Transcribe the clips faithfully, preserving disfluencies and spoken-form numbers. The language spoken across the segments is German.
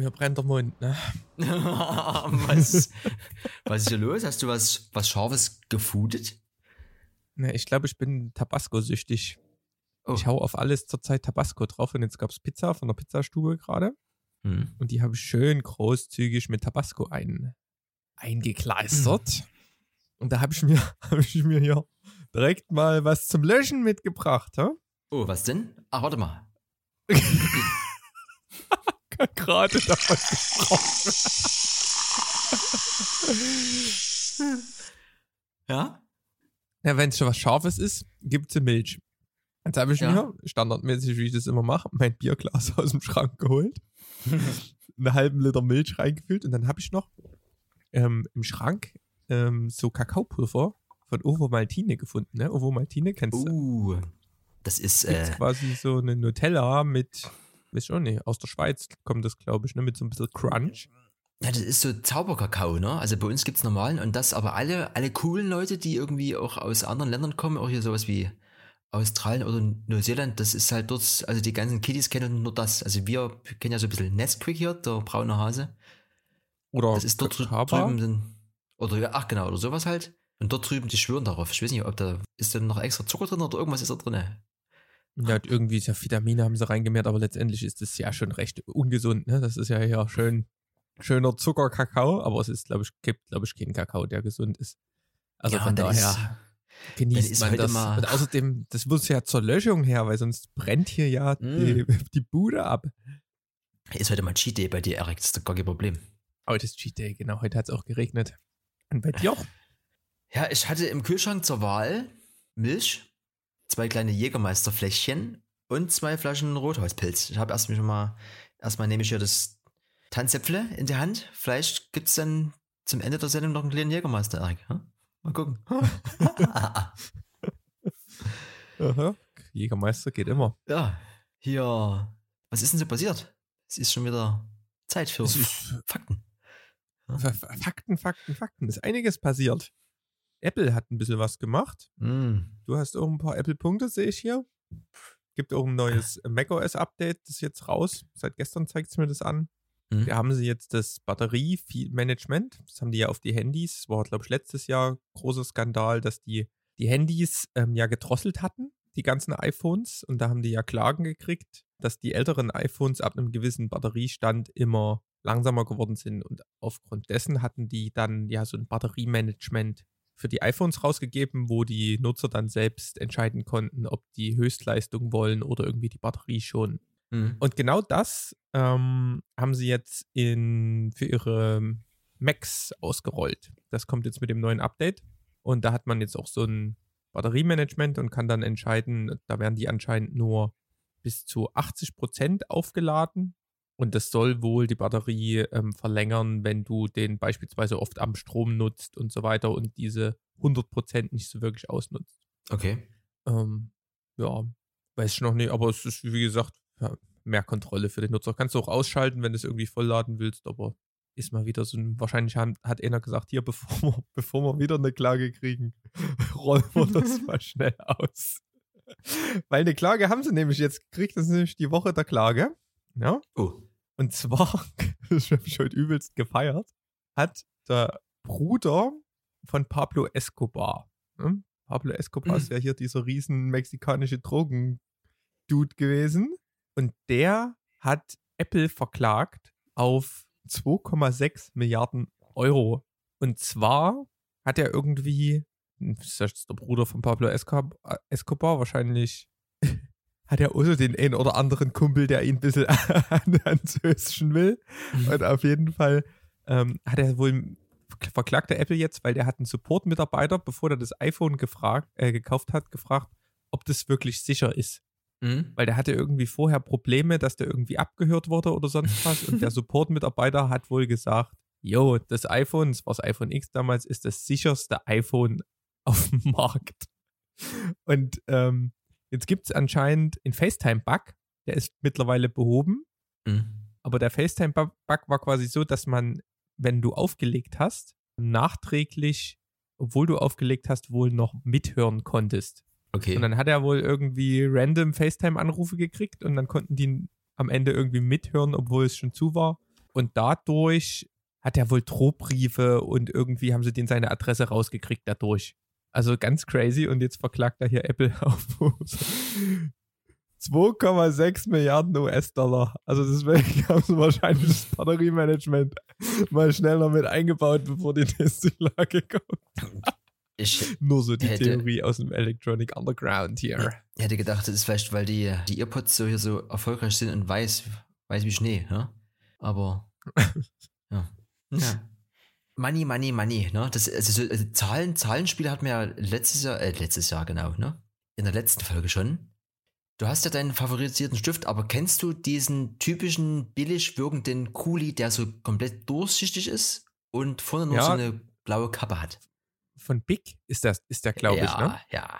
mir brennt der Mund, ne? was, was ist hier los? Hast du was, was Scharfes gefoodet? Ne, ich glaube, ich bin Tabasco-süchtig. Oh. Ich hau auf alles zurzeit Tabasco drauf und jetzt gab es Pizza von der Pizzastube gerade. Hm. Und die habe ich schön großzügig mit Tabasco ein, eingekleistert. Hm. Und da habe ich, mir, hab ich mir hier direkt mal was zum Löschen mitgebracht. Hä? Oh, was denn? Ach, warte mal. Gerade davon gesprochen. Ja? Ja, wenn es schon was Scharfes ist, gibt es Milch. Jetzt habe ich ja. mir, standardmäßig, wie ich das immer mache, mein Bierglas aus dem Schrank geholt, einen halben Liter Milch reingefüllt und dann habe ich noch ähm, im Schrank ähm, so Kakaopulver von Ovomaltine gefunden. Ne? Ovomaltine kennst du? Uh, das ist äh, quasi so eine Nutella mit, weiß ich auch nicht, aus der Schweiz kommt das, glaube ich, ne? Mit so ein bisschen Crunch. Ja, das ist so Zauberkakao, ne? Also bei uns gibt's normalen und das aber alle, alle coolen Leute, die irgendwie auch aus anderen Ländern kommen, auch hier sowas wie Australien oder Neuseeland, das ist halt dort, also die ganzen Kiddies kennen nur das. Also wir kennen ja so ein bisschen Nesquik hier, der braune Hase. Oder das ist dort Kaba. drüben, sind, oder ach genau, oder sowas halt. Und dort drüben, die schwören darauf. Ich weiß nicht, ob da, ist da noch extra Zucker drin oder irgendwas ist da drin? Ja, irgendwie ist ja Vitamine haben sie reingemehrt, aber letztendlich ist das ja schon recht ungesund, ne? Das ist ja hier schön, schöner Zuckerkakao, aber es ist, glaube ich, gibt, glaube ich, keinen Kakao, der gesund ist. Also ja, von daher ist, genießt man das. Mal und außerdem, das muss ja zur Löschung her, weil sonst brennt hier ja mm. die, die Bude ab. Ist heute mal Cheat Day bei dir, Erik, das ist doch gar kein Problem. Heute ist Cheat Day, genau, heute hat es auch geregnet. Und bei dir auch? Ja, ich hatte im Kühlschrank zur Wahl Milch, zwei kleine Jägermeisterfläschchen und zwei Flaschen Rothauspilz. Ich habe erst mich schon mal, erstmal nehme ich hier das Tanzäpfle in die Hand. Vielleicht gibt es dann zum Ende der Sendung noch einen kleinen Jägermeister, Erik. Hm? Mal gucken. Aha. Jägermeister geht immer. Ja, hier, was ist denn so passiert? Es ist schon wieder Zeit für Fakten. Ja. Fakten, Fakten, Fakten. Ist einiges passiert. Apple hat ein bisschen was gemacht. Mm. Du hast auch ein paar Apple-Punkte, sehe ich hier. Gibt auch ein neues macOS-Update, das ist jetzt raus. Seit gestern zeigt es mir das an. Mm. Da haben sie jetzt das Batteriemanagement. Das haben die ja auf die Handys. Das war, glaube ich, letztes Jahr großer Skandal, dass die die Handys ähm, ja gedrosselt hatten, die ganzen iPhones. Und da haben die ja Klagen gekriegt, dass die älteren iPhones ab einem gewissen Batteriestand immer langsamer geworden sind. Und aufgrund dessen hatten die dann ja so ein Batteriemanagement für die iPhones rausgegeben, wo die Nutzer dann selbst entscheiden konnten, ob die Höchstleistung wollen oder irgendwie die Batterie schon. Mhm. Und genau das ähm, haben sie jetzt in, für ihre Macs ausgerollt. Das kommt jetzt mit dem neuen Update. Und da hat man jetzt auch so ein Batteriemanagement und kann dann entscheiden, da werden die anscheinend nur bis zu achtzig Prozent aufgeladen. Und das soll wohl die Batterie ähm, verlängern, wenn du den beispielsweise oft am Strom nutzt und so weiter und diese hundert Prozent nicht so wirklich ausnutzt. Okay. Ähm, ja, weiß ich noch nicht, aber es ist, wie gesagt, ja, mehr Kontrolle für den Nutzer. Kannst du auch ausschalten, wenn du es irgendwie vollladen willst, aber ist mal wieder so ein, wahrscheinlich haben, hat einer gesagt, hier, bevor wir, bevor wir wieder eine Klage kriegen, rollen wir das mal schnell aus. Weil eine Klage haben sie nämlich jetzt gekriegt, das ist nämlich die Woche der Klage. Ja. Oh. Und zwar, das habe ich heute übelst gefeiert, hat der Bruder von Pablo Escobar, ne? Pablo Escobar mhm. ist ja hier dieser riesen mexikanische Drogen-Dude gewesen. Und der hat Apple verklagt auf zwei Komma sechs Milliarden Euro. Und zwar hat er irgendwie, das ist jetzt der Bruder von Pablo Escobar, wahrscheinlich hat er auch den einen oder anderen Kumpel, der ihn ein bisschen ans Höschen will. Mhm. Und auf jeden Fall ähm, hat er wohl verklagt der Apple jetzt, weil der hat einen Support-Mitarbeiter, bevor er das iPhone gefragt, äh, gekauft hat, gefragt, ob das wirklich sicher ist. Mhm. Weil der hatte irgendwie vorher Probleme, dass der irgendwie abgehört wurde oder sonst was. Und der Support-Mitarbeiter hat wohl gesagt, jo, das iPhone, das war das iPhone X damals, ist das sicherste iPhone auf dem Markt. Und ähm, jetzt gibt es anscheinend einen FaceTime-Bug, der ist mittlerweile behoben. Mhm. Aber der FaceTime-Bug war quasi so, dass man, wenn du aufgelegt hast, nachträglich, obwohl du aufgelegt hast, wohl noch mithören konntest. Okay. Und dann hat er wohl irgendwie random FaceTime-Anrufe gekriegt und dann konnten die am Ende irgendwie mithören, obwohl es schon zu war. Und dadurch hat er wohl Drohbriefe und irgendwie haben sie den seine Adresse rausgekriegt dadurch. Also ganz crazy und jetzt verklagt er hier Apple auf zwei Komma sechs Milliarden U S-Dollar. Also deswegen haben sie wahrscheinlich das Batteriemanagement mal schneller mit eingebaut, bevor die nächste Lage kommt. Ich Nur so die hätte, Theorie aus dem Electronic Underground hier. Ich hätte gedacht, das ist vielleicht, weil die, die Earpods so hier so erfolgreich sind und weiß, weiß wie Schnee, ja? Aber ja. ja. Money, Money, Money, ne? Das, also so, also Zahlen, Zahlenspiele hatten wir ja letztes Jahr, äh, letztes Jahr genau, ne? In der letzten Folge schon. Du hast ja deinen favorisierten Stift, aber kennst du diesen typischen billig wirkenden Kuli, der so komplett durchsichtig ist und vorne nur Ja. so eine blaue Kappe hat? Von Bic ist das, ist der, glaube ja, ich, ne? Ja,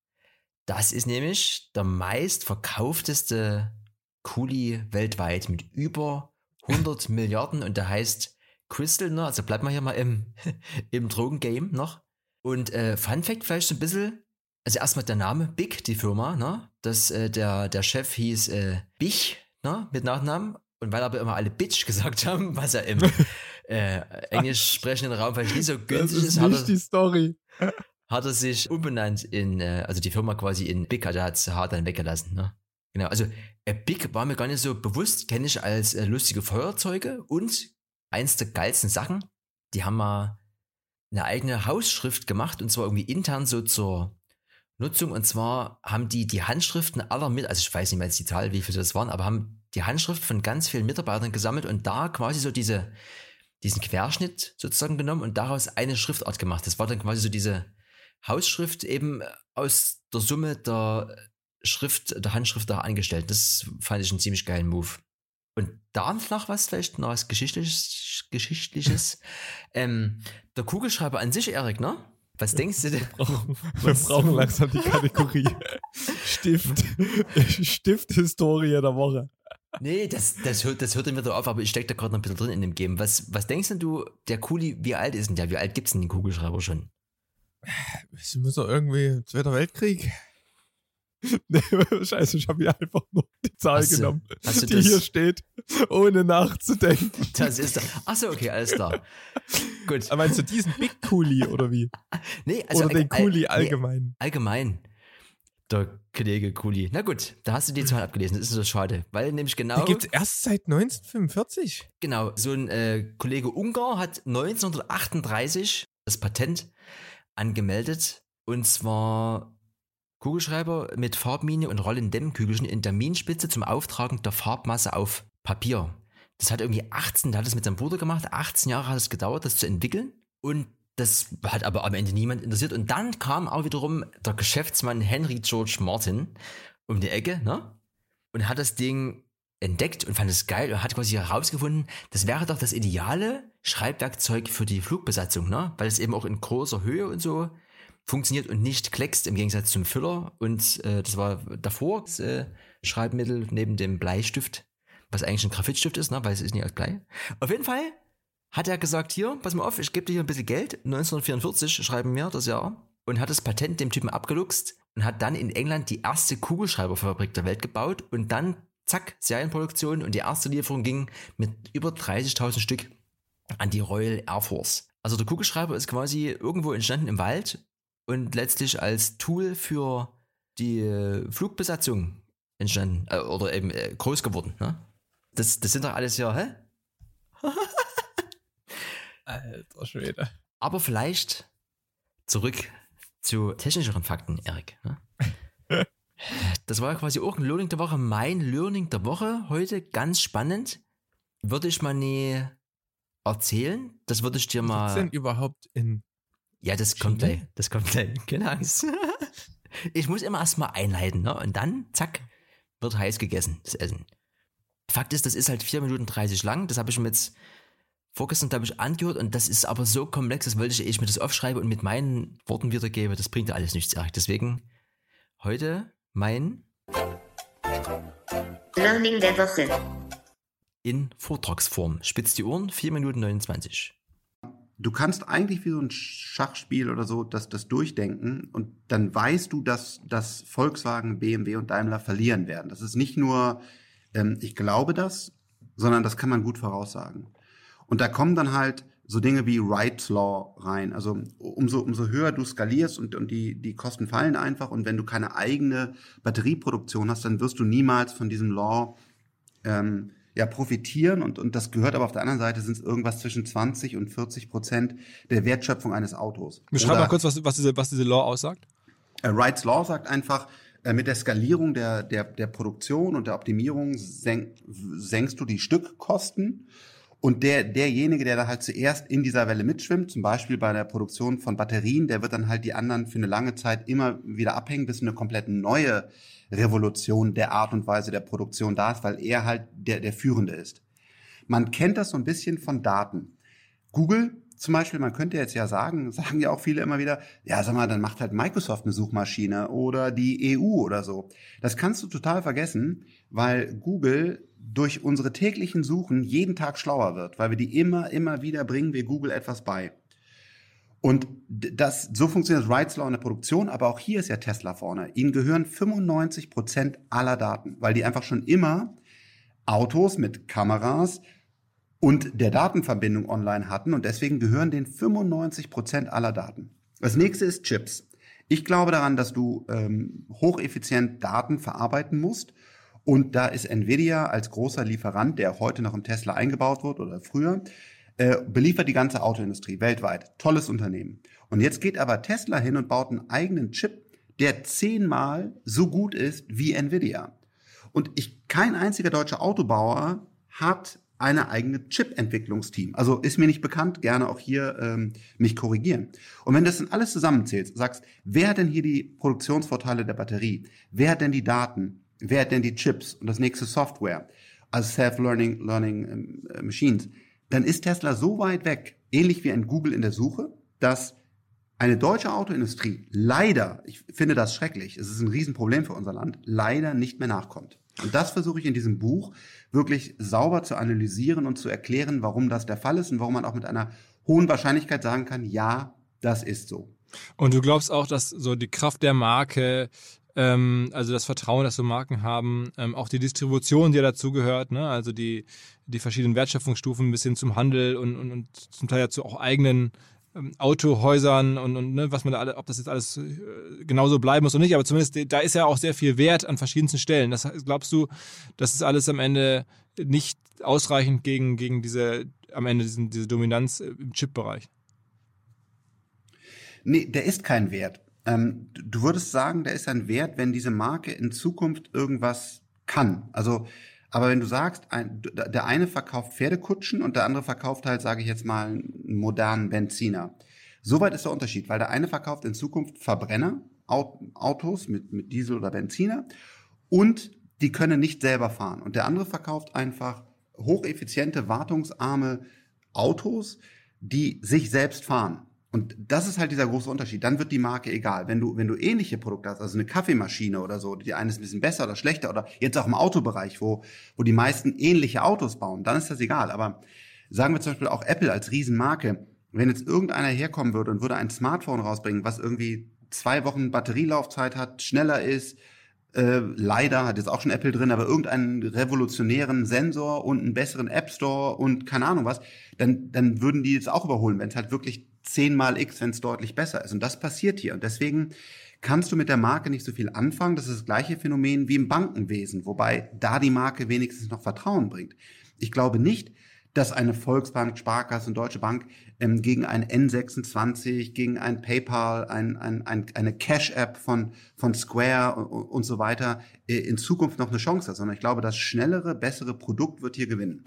das ist nämlich der meistverkaufteste Kuli weltweit mit über hundert Milliarden und der heißt Crystal, ne? Also bleibt mal hier mal im, im Drogengame noch. Und äh, Fun Fact vielleicht so ein bisschen, also erstmal der Name, Bic, die Firma, ne? Das, äh, der, der Chef hieß äh, Bich, ne? Mit Nachnamen. Und weil aber immer alle Bitch gesagt haben, was ja im äh, englisch sprechenden Raum vielleicht nicht so günstig das ist. ist, nicht hat er, die Story. hat er sich umbenannt in, äh, also die Firma quasi in Bic, also er hat das H dann weggelassen, ne? Genau, also äh, Bic war mir gar nicht so bewusst, kenne ich als äh, lustige Feuerzeuge und eins der geilsten Sachen, die haben mal eine eigene Hausschrift gemacht und zwar irgendwie intern so zur Nutzung und zwar haben die die Handschriften aller mit, also ich weiß nicht mehr jetzt die Zahl, wie viele das waren, aber haben die Handschrift von ganz vielen Mitarbeitern gesammelt und da quasi so diese, diesen Querschnitt sozusagen genommen und daraus eine Schriftart gemacht. Das war dann quasi so diese Hausschrift eben aus der Summe der Schrift, der Handschrift der Angestellten. Das fand ich einen ziemlich geilen Move. Und da noch was vielleicht noch was Geschichtliches, Geschichtliches. ähm, der Kugelschreiber an sich, Erik, ne? Was denkst du denn? Wir brauchen, wir brauchen langsam die Kategorie Stift, Stift-Historie der Woche. Nee, das, das, hört, das hört dann wieder auf, aber ich stecke da gerade noch ein bisschen drin in dem Game. Was, was denkst denn du, der Kuli, wie alt ist denn der? Wie alt gibt's denn den Kugelschreiber schon? Es muss doch irgendwie Zweiter Weltkrieg. Nee, scheiße, ich habe hier einfach nur die Zahl Hast du- genommen, hast du die das- hier steht, ohne nachzudenken. Das ist da. Achso, okay, alles klar. Gut. Aber meinst du diesen Big Kuli oder wie? Nee, also Oder den all- Kuli nee, allgemein? allgemein. Der Kollege Kuli. Na gut, da hast du die Zahl abgelesen. Das ist so schade. Weil nämlich genau. Die gibt's erst seit neunzehnhundertfünfundvierzig. Genau, so ein äh, Kollege Ungar hat neunzehnhundertachtunddreißig das Patent angemeldet. Und zwar Kugelschreiber mit Farbmine und Rollendämmkügelchen in der Minenspitze zum Auftragen der Farbmasse auf Papier. Das hat irgendwie achtzehn, der hat es mit seinem Bruder gemacht, achtzehn Jahre hat es gedauert, das zu entwickeln. Und das hat aber am Ende niemand interessiert. Und dann kam auch wiederum der Geschäftsmann Henry George Martin um die Ecke, ne? Und hat das Ding entdeckt und fand es geil und hat quasi herausgefunden, das wäre doch das ideale Schreibwerkzeug für die Flugbesatzung, ne? Weil es eben auch in großer Höhe und so funktioniert und nicht kleckst im Gegensatz zum Füller. Und äh, das war davor das äh, Schreibmittel neben dem Bleistift, was eigentlich ein Graphitstift ist, ne? Weil es ist nicht aus Blei. Auf jeden Fall hat er gesagt, hier, pass mal auf, ich gebe dir hier ein bisschen Geld. neunzehnhundertvierundvierzig schreiben wir das Jahr. Und hat das Patent dem Typen abgeluchst und hat dann in England die erste Kugelschreiberfabrik der Welt gebaut und dann, zack, Serienproduktion und die erste Lieferung ging mit über dreißigtausend Stück an die Royal Air Force. Also der Kugelschreiber ist quasi irgendwo entstanden im Wald und letztlich als Tool für die äh, Flugbesatzung entstanden äh, oder eben äh, groß geworden. Ne? Das, das sind doch alles ja, hä? Alter Schwede. Aber vielleicht zurück zu technischeren Fakten, Erik. Ne? Das war ja quasi auch ein Learning der Woche. Mein Learning der Woche heute ganz spannend. Würde ich mal nie erzählen. Das würde ich dir Was ist denn mal. überhaupt in Ja, das kommt Chile? gleich. Das kommt gleich. Keine Angst. Ich muss immer erstmal einleiten, ne? Und dann, zack, wird heiß gegessen, das Essen. Fakt ist, das ist halt vier Minuten dreißig lang. Das habe ich mir jetzt vorgestern, glaube ich, angehört. Und das ist aber so komplex, das wollte ich, ehe ich mir das aufschreibe und mit meinen Worten wiedergebe. Das bringt ja alles nichts, Erik. Deswegen heute mein Learning der Woche. in Vortragsform. Spitz die Ohren, vier Minuten neunundzwanzig. Du kannst eigentlich wie so ein Schachspiel oder so das, das durchdenken und dann weißt du, dass, dass Volkswagen, B M W und Daimler verlieren werden. Das ist nicht nur, ähm, ich glaube das, sondern das kann man gut voraussagen. Und da kommen dann halt so Dinge wie Wright's Law rein. Also umso, umso höher du skalierst und, und die, die Kosten fallen einfach. Und wenn du keine eigene Batterieproduktion hast, dann wirst du niemals von diesem Law ähm, ja, profitieren. Und, und das gehört aber auf der anderen Seite, sind es irgendwas zwischen zwanzig und vierzig Prozent der Wertschöpfung eines Autos. Beschreib mal kurz, was, was, diese, was diese Law aussagt. Äh, Wright's Law sagt einfach, äh, mit der Skalierung der, der, der Produktion und der Optimierung senk, senkst du die Stückkosten. Und der, derjenige, der da halt zuerst in dieser Welle mitschwimmt, zum Beispiel bei der Produktion von Batterien, der wird dann halt die anderen für eine lange Zeit immer wieder abhängen, bis eine komplett neue Revolution der Art und Weise der Produktion da ist, weil er halt der, der Führende ist. Man kennt das so ein bisschen von Daten. Google zum Beispiel, man könnte jetzt ja sagen, sagen ja auch viele immer wieder, ja, sag mal, dann macht halt Microsoft eine Suchmaschine oder die E U oder so. Das kannst du total vergessen, weil Google durch unsere täglichen Suchen jeden Tag schlauer wird, weil wir die immer, immer wieder bringen wir Google etwas bei. Und das, so funktioniert Wright's Law in der Produktion, aber auch hier ist ja Tesla vorne. Ihnen gehören fünfundneunzig Prozent aller Daten, weil die einfach schon immer Autos mit Kameras und der Datenverbindung online hatten und deswegen gehören denen fünfundneunzig Prozent aller Daten. Das nächste ist Chips. Ich glaube daran, dass du ähm, hocheffizient Daten verarbeiten musst. Und da ist Nvidia als großer Lieferant, der heute noch im Tesla eingebaut wird oder früher, äh, beliefert die ganze Autoindustrie weltweit. Tolles Unternehmen. Und jetzt geht aber Tesla hin und baut einen eigenen Chip, der zehnmal so gut ist wie Nvidia. Und ich, kein einziger deutscher Autobauer hat eine eigene Chip-Entwicklungsteam. Also ist mir nicht bekannt, gerne auch hier ähm, mich korrigieren. Und wenn du das dann alles zusammenzählst, sagst, wer hat denn hier die Produktionsvorteile der Batterie? Wer hat denn die Daten? Wer hat denn die Chips und das nächste Software, also Self-Learning Learning, äh, Machines, dann ist Tesla so weit weg, ähnlich wie ein Google in der Suche, dass eine deutsche Autoindustrie leider, ich finde das schrecklich, es ist ein Riesenproblem für unser Land, leider nicht mehr nachkommt. Und das versuche ich in diesem Buch wirklich sauber zu analysieren und zu erklären, warum das der Fall ist und warum man auch mit einer hohen Wahrscheinlichkeit sagen kann, ja, das ist so. Und du glaubst auch, dass so die Kraft der Marke, ähm, also das Vertrauen, das so Marken haben, ähm, auch die Distribution, die ja dazugehört, ne? Also die, die verschiedenen Wertschöpfungsstufen bis hin zum Handel und, und, und zum Teil ja zu auch eigenen ähm, Autohäusern und, und ne, was man da alle, ob das jetzt alles äh, genauso bleiben muss oder nicht, aber zumindest da ist ja auch sehr viel Wert an verschiedensten Stellen. Das glaubst du, das ist alles am Ende nicht ausreichend gegen, gegen diese, am Ende diesen, diese Dominanz im Chip-Bereich? Nee, der ist kein Wert. Ähm, du würdest sagen, der ist ein Wert, wenn diese Marke in Zukunft irgendwas kann. Also, aber wenn du sagst, ein, der eine verkauft Pferdekutschen und der andere verkauft halt, sage ich jetzt mal, einen modernen Benziner. Soweit ist der Unterschied, weil der eine verkauft in Zukunft Verbrenner, Autos mit, mit Diesel oder Benziner und die können nicht selber fahren. Und der andere verkauft einfach hocheffiziente, wartungsarme Autos, die sich selbst fahren. Und das ist halt dieser große Unterschied. Dann wird die Marke egal. Wenn du, wenn du ähnliche Produkte hast, also eine Kaffeemaschine oder so, die eine ist ein bisschen besser oder schlechter oder jetzt auch im Autobereich, wo, wo die meisten ähnliche Autos bauen, dann ist das egal. Aber sagen wir zum Beispiel auch Apple als Riesenmarke, wenn jetzt irgendeiner herkommen würde und würde ein Smartphone rausbringen, was irgendwie zwei Wochen Batterielaufzeit hat, schneller ist, äh, leider hat jetzt auch schon Apple drin, aber irgendeinen revolutionären Sensor und einen besseren App Store und keine Ahnung was, dann, dann würden die jetzt auch überholen, wenn es halt wirklich zehnmal X, wenn es deutlich besser ist. Und das passiert hier. Und deswegen kannst du mit der Marke nicht so viel anfangen. Das ist das gleiche Phänomen wie im Bankenwesen, wobei da die Marke wenigstens noch Vertrauen bringt. Ich glaube nicht, dass eine Volksbank, Sparkasse und Deutsche Bank ähm, gegen ein N sechsundzwanzig, gegen ein PayPal, ein, ein, ein, eine Cash-App von, von Square und, und so weiter äh, in Zukunft noch eine Chance hat, sondern ich glaube, das schnellere, bessere Produkt wird hier gewinnen.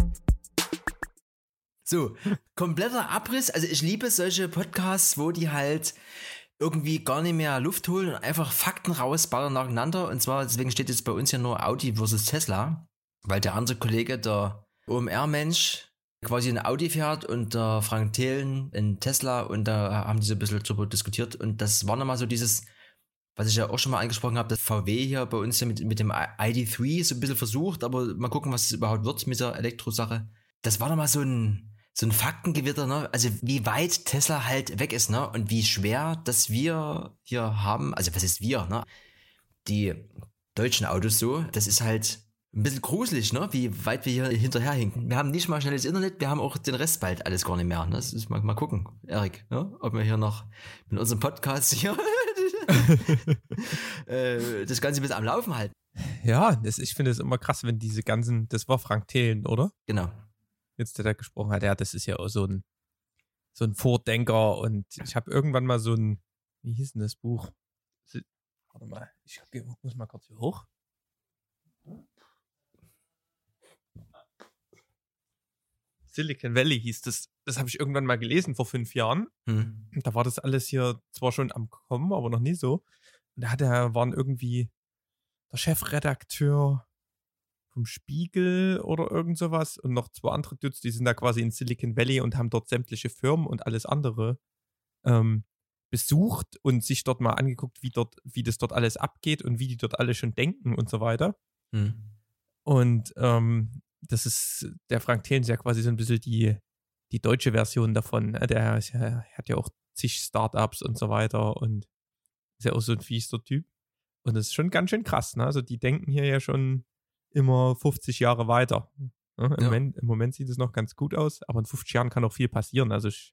So, kompletter Abriss. Also ich liebe solche Podcasts, wo die halt irgendwie gar nicht mehr Luft holen und einfach Fakten rausballern nacheinander. Und zwar, deswegen steht jetzt bei uns ja nur Audi versus Tesla, weil der andere Kollege, der O M R-Mensch, quasi ein Audi fährt und der Frank Thelen ein Tesla und da haben die so ein bisschen drüber diskutiert. Und das war nochmal so dieses, was ich ja auch schon mal angesprochen habe, dass V W hier bei uns ja mit, mit dem I D drei so ein bisschen versucht, aber mal gucken, was es überhaupt wird mit der Elektrosache. Das war nochmal so ein So ein Faktengewitter, ne? Also wie weit Tesla halt weg ist, ne? Und wie schwer, dass wir hier haben, also was ist wir, ne? Die deutschen Autos so, das ist halt Ein bisschen gruselig, ne? Wie weit wir hier hinterherhinken. Wir haben nicht mal schnelles Internet, wir haben auch den Rest bald alles gar nicht mehr. Ne? Das ist mal, mal gucken, Erik, ne? Ob wir hier noch mit unserem Podcast hier äh, das Ganze bis am Laufen halten. Ja, das, ich finde es immer krass, wenn diese ganzen, das war Frank Thelen, oder? Genau. Jetzt, der da gesprochen hat, ja, das ist ja auch so ein, so ein Vordenker und ich habe irgendwann mal so ein, wie hieß denn das Buch? Warte mal, ich muss mal kurz hier hoch. Silicon Valley hieß das. Das habe ich irgendwann mal gelesen vor fünf Jahren. Hm. Da war das alles hier zwar schon am Kommen, aber noch nie so. Und da hat er, waren irgendwie der Chefredakteur vom Spiegel oder irgend sowas und noch zwei andere Dudes, die sind da quasi in Silicon Valley und haben dort sämtliche Firmen und alles andere ähm, besucht und sich dort mal angeguckt, wie dort, wie das dort alles abgeht und wie die dort alle schon denken und so weiter. Hm. Und ähm, das ist, der Frank Thelen ist ja quasi so ein bisschen die, die deutsche Version davon. Ne? Der ist ja, hat ja auch zig Startups und so weiter und ist ja auch so ein fiester Typ. Und das ist schon ganz schön krass. Ne? Also die denken hier ja schon immer fünfzig Jahre weiter. Ne? Im, Ja. Moment, Im Moment sieht es noch ganz gut aus, aber in fünfzig Jahren kann auch viel passieren. Also ich,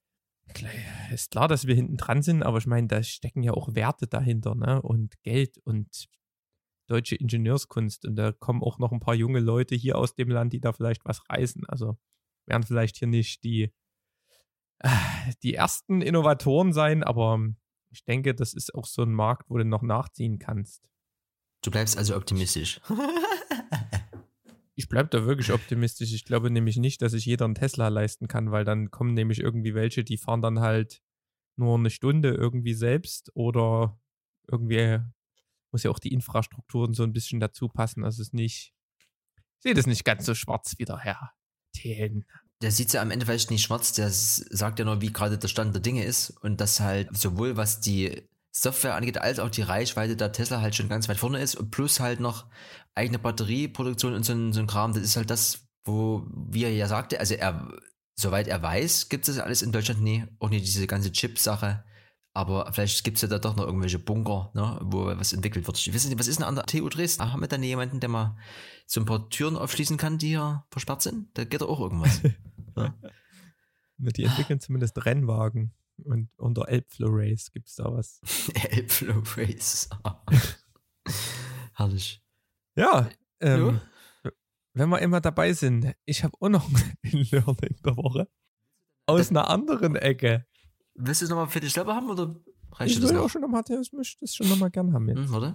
ist klar, dass wir hinten dran sind, aber ich meine, da stecken ja auch Werte dahinter, ne? Und Geld und deutsche Ingenieurskunst und da kommen auch noch ein paar junge Leute hier aus dem Land, die da vielleicht was reißen. Also werden vielleicht hier nicht die, äh, die ersten Innovatoren sein, aber ich denke, das ist auch so ein Markt, wo du noch nachziehen kannst. Du bleibst also optimistisch. Ich bleibe da wirklich optimistisch. Ich glaube nämlich nicht, dass sich jeder einen Tesla leisten kann, weil dann kommen nämlich irgendwie welche, die fahren dann halt nur eine Stunde irgendwie selbst oder irgendwie muss ja auch die Infrastrukturen so ein bisschen dazu passen. Also es ist nicht, ich sehe das nicht ganz so schwarz wie der Herr Thelen. Der sieht ja am Ende vielleicht nicht schwarz, der s- sagt ja nur, wie gerade der Stand der Dinge ist und dass halt sowohl was die Software angeht, als auch die Reichweite der Tesla halt schon ganz weit vorne ist und plus halt noch eigene Batterieproduktion und so ein, so ein Kram, das ist halt das, wo, wie er ja sagte, also er, soweit er weiß, gibt es das alles in Deutschland nie, auch nicht diese ganze Chip-Sache, aber vielleicht gibt es ja da doch noch irgendwelche Bunker, ne, wo was entwickelt wird. Ich weiß nicht, was ist denn an der T U Dresden? Haben wir da jemanden, der mal so ein paar Türen aufschließen kann, die hier versperrt sind? Da geht doch auch irgendwas. Ja. Die entwickeln zumindest Rennwagen und unter Elbflow Race gibt es da was. Elbflow Race. Herrlich. Ja, ähm, wenn wir immer dabei sind, ich habe auch noch ein Learning der Woche aus einer anderen Ecke. Willst du es nochmal für dich selber haben oder reicht Ich dir das will auch noch? schon noch mal, ich möchte das schon noch mal gern haben jetzt. Hm, warte.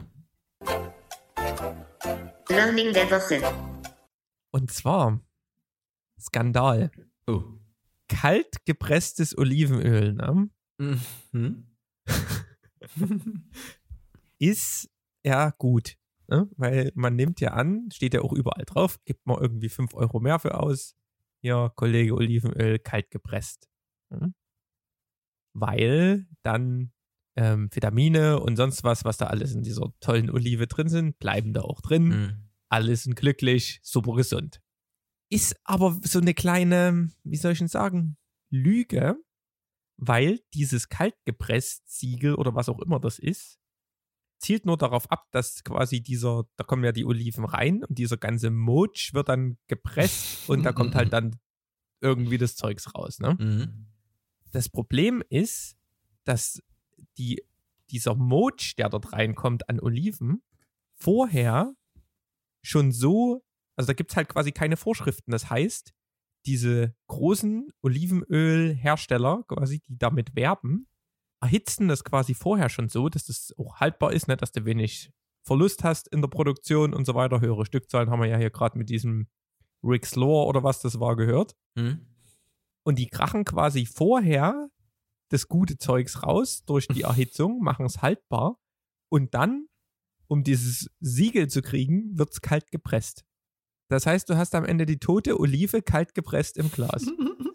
Learning der Woche. Und zwar Skandal. Oh. Kalt gepresstes Olivenöl, ne? Mhm. Ist ja gut. Ne? Weil man nimmt ja an, steht ja auch überall drauf, gibt man irgendwie fünf Euro mehr für aus. Ja, Kollege Olivenöl, kalt gepresst. Ne? Weil dann ähm, Vitamine und sonst was, was da alles in dieser tollen Olive drin sind, bleiben da auch drin. Mhm. Alle sind glücklich, super gesund. Ist aber so eine kleine, wie soll ich denn sagen, Lüge, weil dieses Kaltgepresst-Siegel oder was auch immer das ist, zielt nur darauf ab, dass quasi dieser, da kommen ja die Oliven rein und dieser ganze Mutsch wird dann gepresst und da kommt halt dann irgendwie das Zeugs raus, ne? Mhm. Das Problem ist, dass die, dieser Mutsch, der dort reinkommt an Oliven, vorher schon so, also da gibt es halt quasi keine Vorschriften. Das heißt, diese großen Olivenölhersteller quasi, die damit werben, erhitzen das quasi vorher schon so, dass das auch haltbar ist, ne? Dass du wenig Verlust hast in der Produktion und so weiter. Höhere Stückzahlen haben wir ja hier gerade mit diesem Rick's Law oder was das war gehört. Mhm. Und die krachen quasi vorher das gute Zeugs raus durch die Erhitzung, machen es haltbar und dann, um dieses Siegel zu kriegen, wird es kalt gepresst. Das heißt, du hast am Ende die tote Olive kalt gepresst im Glas.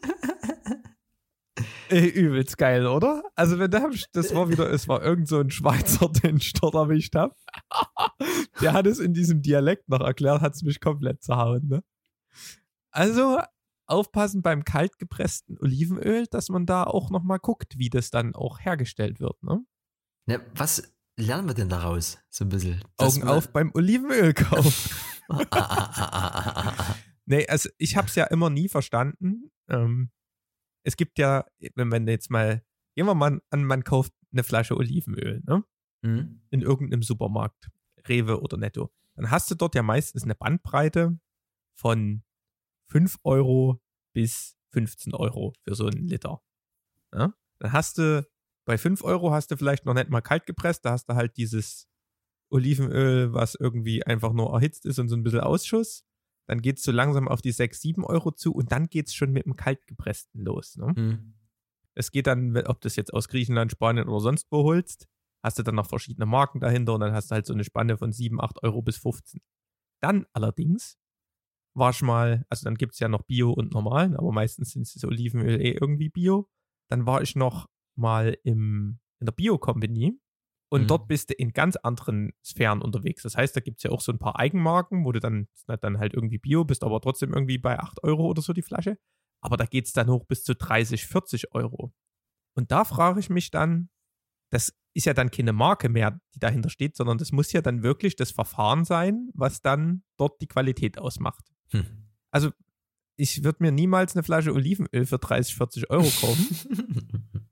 äh, übelst geil, oder? Also wenn da, das war wieder, es war irgend so ein Schweizer, den ich dort erwischt habe. Der hat es in diesem Dialekt noch erklärt, hat es mich komplett zerhauen, ne? Also aufpassen beim kalt gepressten Olivenöl, dass man da auch nochmal guckt, wie das dann auch hergestellt wird, ne? Na, was lernen wir denn daraus? So ein bisschen. Dass Augen man- auf beim Olivenölkauf. Nee, also ich habe es ja immer nie verstanden. Ähm, es gibt ja, wenn man jetzt mal, gehen wir mal an, man kauft eine Flasche Olivenöl, ne? Mhm. In irgendeinem Supermarkt, Rewe oder Netto. Dann hast du dort ja meistens eine Bandbreite von fünf Euro bis fünfzehn Euro für so einen Liter. Ja? Dann hast du, bei fünf Euro hast du vielleicht noch nicht mal kalt gepresst, da hast du halt dieses Olivenöl, was irgendwie einfach nur erhitzt ist und so ein bisschen Ausschuss. Dann geht es so langsam auf die sechs, sieben Euro zu und dann geht es schon mit dem kaltgepressten los. Ne? Mhm. Es geht dann, ob du es jetzt aus Griechenland, Spanien oder sonst wo holst, hast du dann noch verschiedene Marken dahinter und dann hast du halt so eine Spanne von sieben, acht Euro bis fünfzehn. Dann allerdings war ich mal, also dann gibt es ja noch Bio und normalen, aber meistens sind das Olivenöl eh irgendwie Bio. Dann war ich noch mal im, in der Bio-Company und Mhm. dort bist du in ganz anderen Sphären unterwegs. Das heißt, da gibt es ja auch so ein paar Eigenmarken, wo du dann, dann halt irgendwie Bio bist, aber trotzdem irgendwie bei acht Euro oder so die Flasche. Aber da geht es dann hoch bis zu dreißig, vierzig Euro. Und da frage ich mich dann, das ist ja dann keine Marke mehr, die dahinter steht, sondern das muss ja dann wirklich das Verfahren sein, was dann dort die Qualität ausmacht. Hm. Also ich würde mir niemals eine Flasche Olivenöl für dreißig, vierzig Euro kaufen,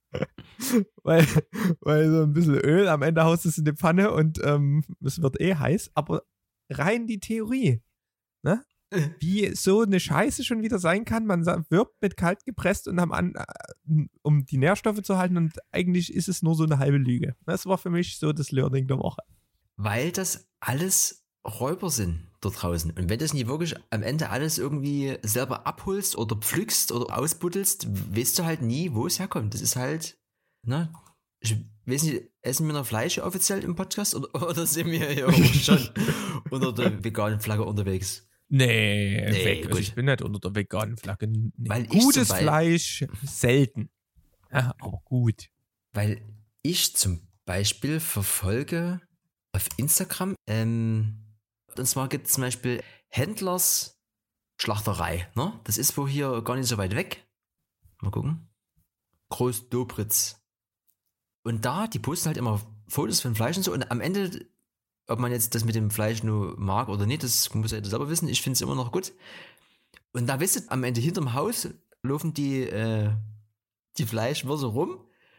weil, weil so ein bisschen Öl, am Ende haust du es in die Pfanne und ähm, es wird eh heiß, aber rein die Theorie, ne? Wie so eine Scheiße schon wieder sein kann, man sa- wirbt mit kalt gepresst und am an, äh, um die Nährstoffe zu halten und eigentlich ist es nur so eine halbe Lüge. Das war für mich so das Learning der Woche. Weil das alles Räuber sind dort draußen. Und wenn du es nie wirklich am Ende alles irgendwie selber abholst oder pflückst oder ausbuddelst, weißt du halt nie, wo es herkommt. Das ist halt, ne? Ich weiß nicht, essen wir noch Fleisch offiziell im Podcast oder, oder sind wir hier schon unter der veganen Flagge unterwegs? Nee, Nee, weg. Also gut. ich bin nicht unter der veganen Flagge. Nee. Weil ich Gutes zum Beispiel- Fleisch, selten. Ja, aber gut. Weil ich zum Beispiel verfolge auf Instagram, ähm, und zwar gibt es zum Beispiel Händlers Schlachterei, ne? Das ist wo hier gar nicht so weit weg. Mal gucken. Groß Dobritz. Und da, die posten halt immer Fotos von Fleisch und so. Und am Ende, ob man jetzt das mit dem Fleisch nur mag oder nicht, das muss jeder selber wissen. Ich finde es immer noch gut. Und da wisst ihr, am Ende hinterm Haus laufen die, äh, die Fleischwürste rum.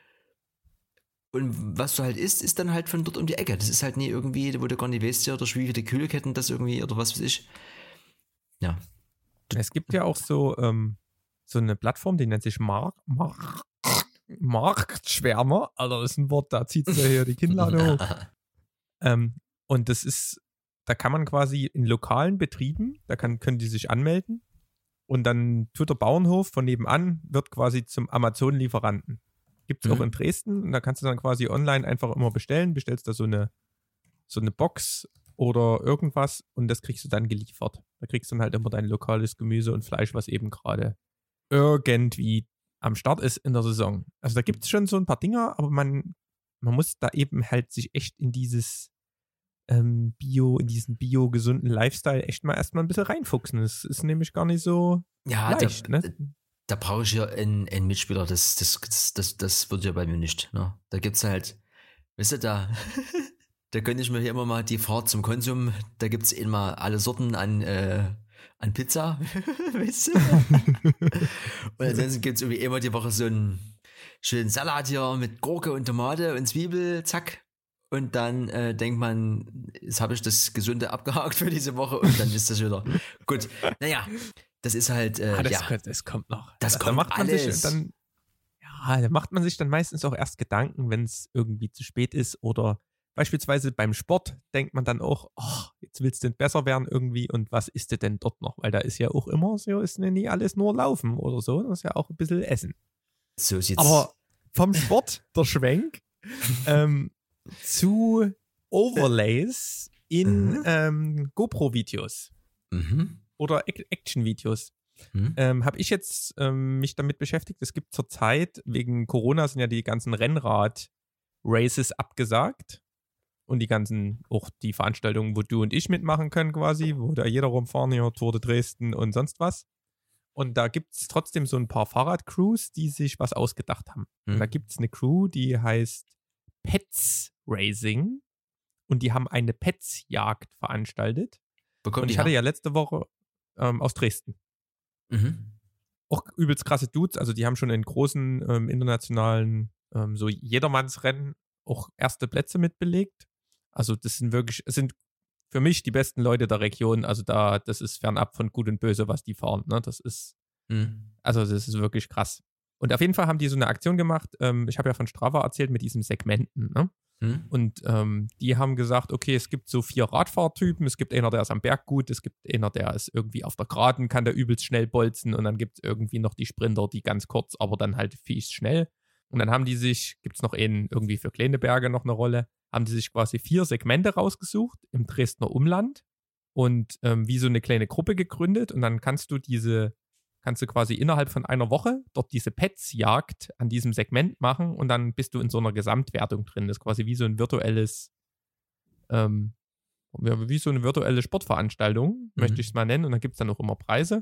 Und was du halt isst, ist dann halt von dort um die Ecke. Das ist halt nie irgendwie, wo du gar nicht weißt, ja, durch wie viele Kühlketten das irgendwie oder was weiß ich. Ja. Es gibt ja auch so, ähm, so eine Plattform, die nennt sich Mark, Mark, Marktschwärmer. Also das ist ein Wort, da zieht es ja hier die Kinnlade hoch. Ähm, und das ist, da kann man quasi in lokalen Betrieben, da kann, können die sich anmelden und dann tut der Bauernhof von nebenan, wird quasi zum Amazon-Lieferanten. Gibt es Mhm. auch in Dresden und da kannst du dann quasi online einfach immer bestellen, bestellst da so eine, so eine Box oder irgendwas und das kriegst du dann geliefert. Da kriegst du dann halt immer dein lokales Gemüse und Fleisch, was eben gerade irgendwie am Start ist in der Saison. Also da gibt es schon so ein paar Dinger, aber man, man muss da eben halt sich echt in dieses ähm, Bio, in diesen bio-gesunden Lifestyle echt mal erstmal ein bisschen reinfuchsen. Das ist nämlich gar nicht so Ja, leicht, da, ne? da brauche ich ja einen, einen Mitspieler, das, das, das, das, das wird ja bei mir nicht. Ne? Da gibt es halt, weißt du, da, da könnte ich mir hier immer mal die Fahrt zum Konsum, da gibt es immer alle Sorten an, äh, an Pizza, weißt du? Und ansonsten gibt es irgendwie immer die Woche so einen schönen Salat hier mit Gurke und Tomate und Zwiebel, zack. Und dann äh, denkt man, jetzt habe ich das Gesunde abgehakt für diese Woche und dann ist das wieder gut. Naja, das ist halt, äh, Ah, das, ja. kommt, das kommt noch. Das da, kommt da macht man alles. Sich dann, ja, da macht man sich dann meistens auch erst Gedanken, wenn es irgendwie zu spät ist oder beispielsweise beim Sport denkt man dann auch, oh, jetzt willst du denn besser werden irgendwie und was isst du denn dort noch? Weil da ist ja auch immer so, ist ja nie alles nur Laufen oder so, das ist ja auch ein bisschen Essen. So sieht's. Aber vom Sport der Schwenk ähm, zu Overlays in Mhm. ähm, GoPro-Videos Mhm. oder Ac- Action-Videos. Mhm. Ähm, habe ich jetzt ähm, mich damit beschäftigt. Es gibt zurzeit, wegen Corona sind ja die ganzen Rennrad-Races abgesagt. Und die ganzen, auch die Veranstaltungen, wo du und ich mitmachen können quasi, wo da jeder rumfahren, hier Tour de Dresden und sonst was. Und da gibt es trotzdem so ein paar Fahrradcrews, die sich was ausgedacht haben. Mhm. Und da gibt es eine Crew, die heißt Pets Racing. Und die haben eine Pets-Jagd veranstaltet. Bekommen Und die ich hatte her? ja letzte Woche ähm, aus Dresden Mhm. auch übelst krasse Dudes, also die haben schon in großen ähm, internationalen ähm, so Jedermannsrennen auch erste Plätze mitbelegt. Also das sind wirklich, es sind für mich die besten Leute der Region, also da, das ist fernab von Gut und Böse, was die fahren, ne? Das ist, Mhm. also das ist wirklich krass. Und auf jeden Fall haben die so eine Aktion gemacht, ähm, ich habe ja von Strava erzählt mit diesen Segmenten, ne? Mhm. Und ähm, die haben gesagt, okay, es gibt so vier Radfahrtypen. Es gibt einer, der ist am Berg gut. Es gibt einer, der ist irgendwie auf der Geraden, kann der übelst schnell bolzen. Und dann gibt es irgendwie noch die Sprinter, die ganz kurz, aber dann halt fies schnell. Und dann haben die sich, gibt es noch einen irgendwie für kleine Berge noch eine Rolle, haben die sich quasi vier Segmente rausgesucht im Dresdner Umland und ähm, wie so eine kleine Gruppe gegründet. Und dann kannst du diese kannst du quasi innerhalb von einer Woche dort diese Pets-Jagd an diesem Segment machen und dann bist du in so einer Gesamtwertung drin. Das ist quasi wie so ein virtuelles, ähm, wie so eine virtuelle Sportveranstaltung, mhm. möchte ich es mal nennen. Und dann gibt es dann auch immer Preise.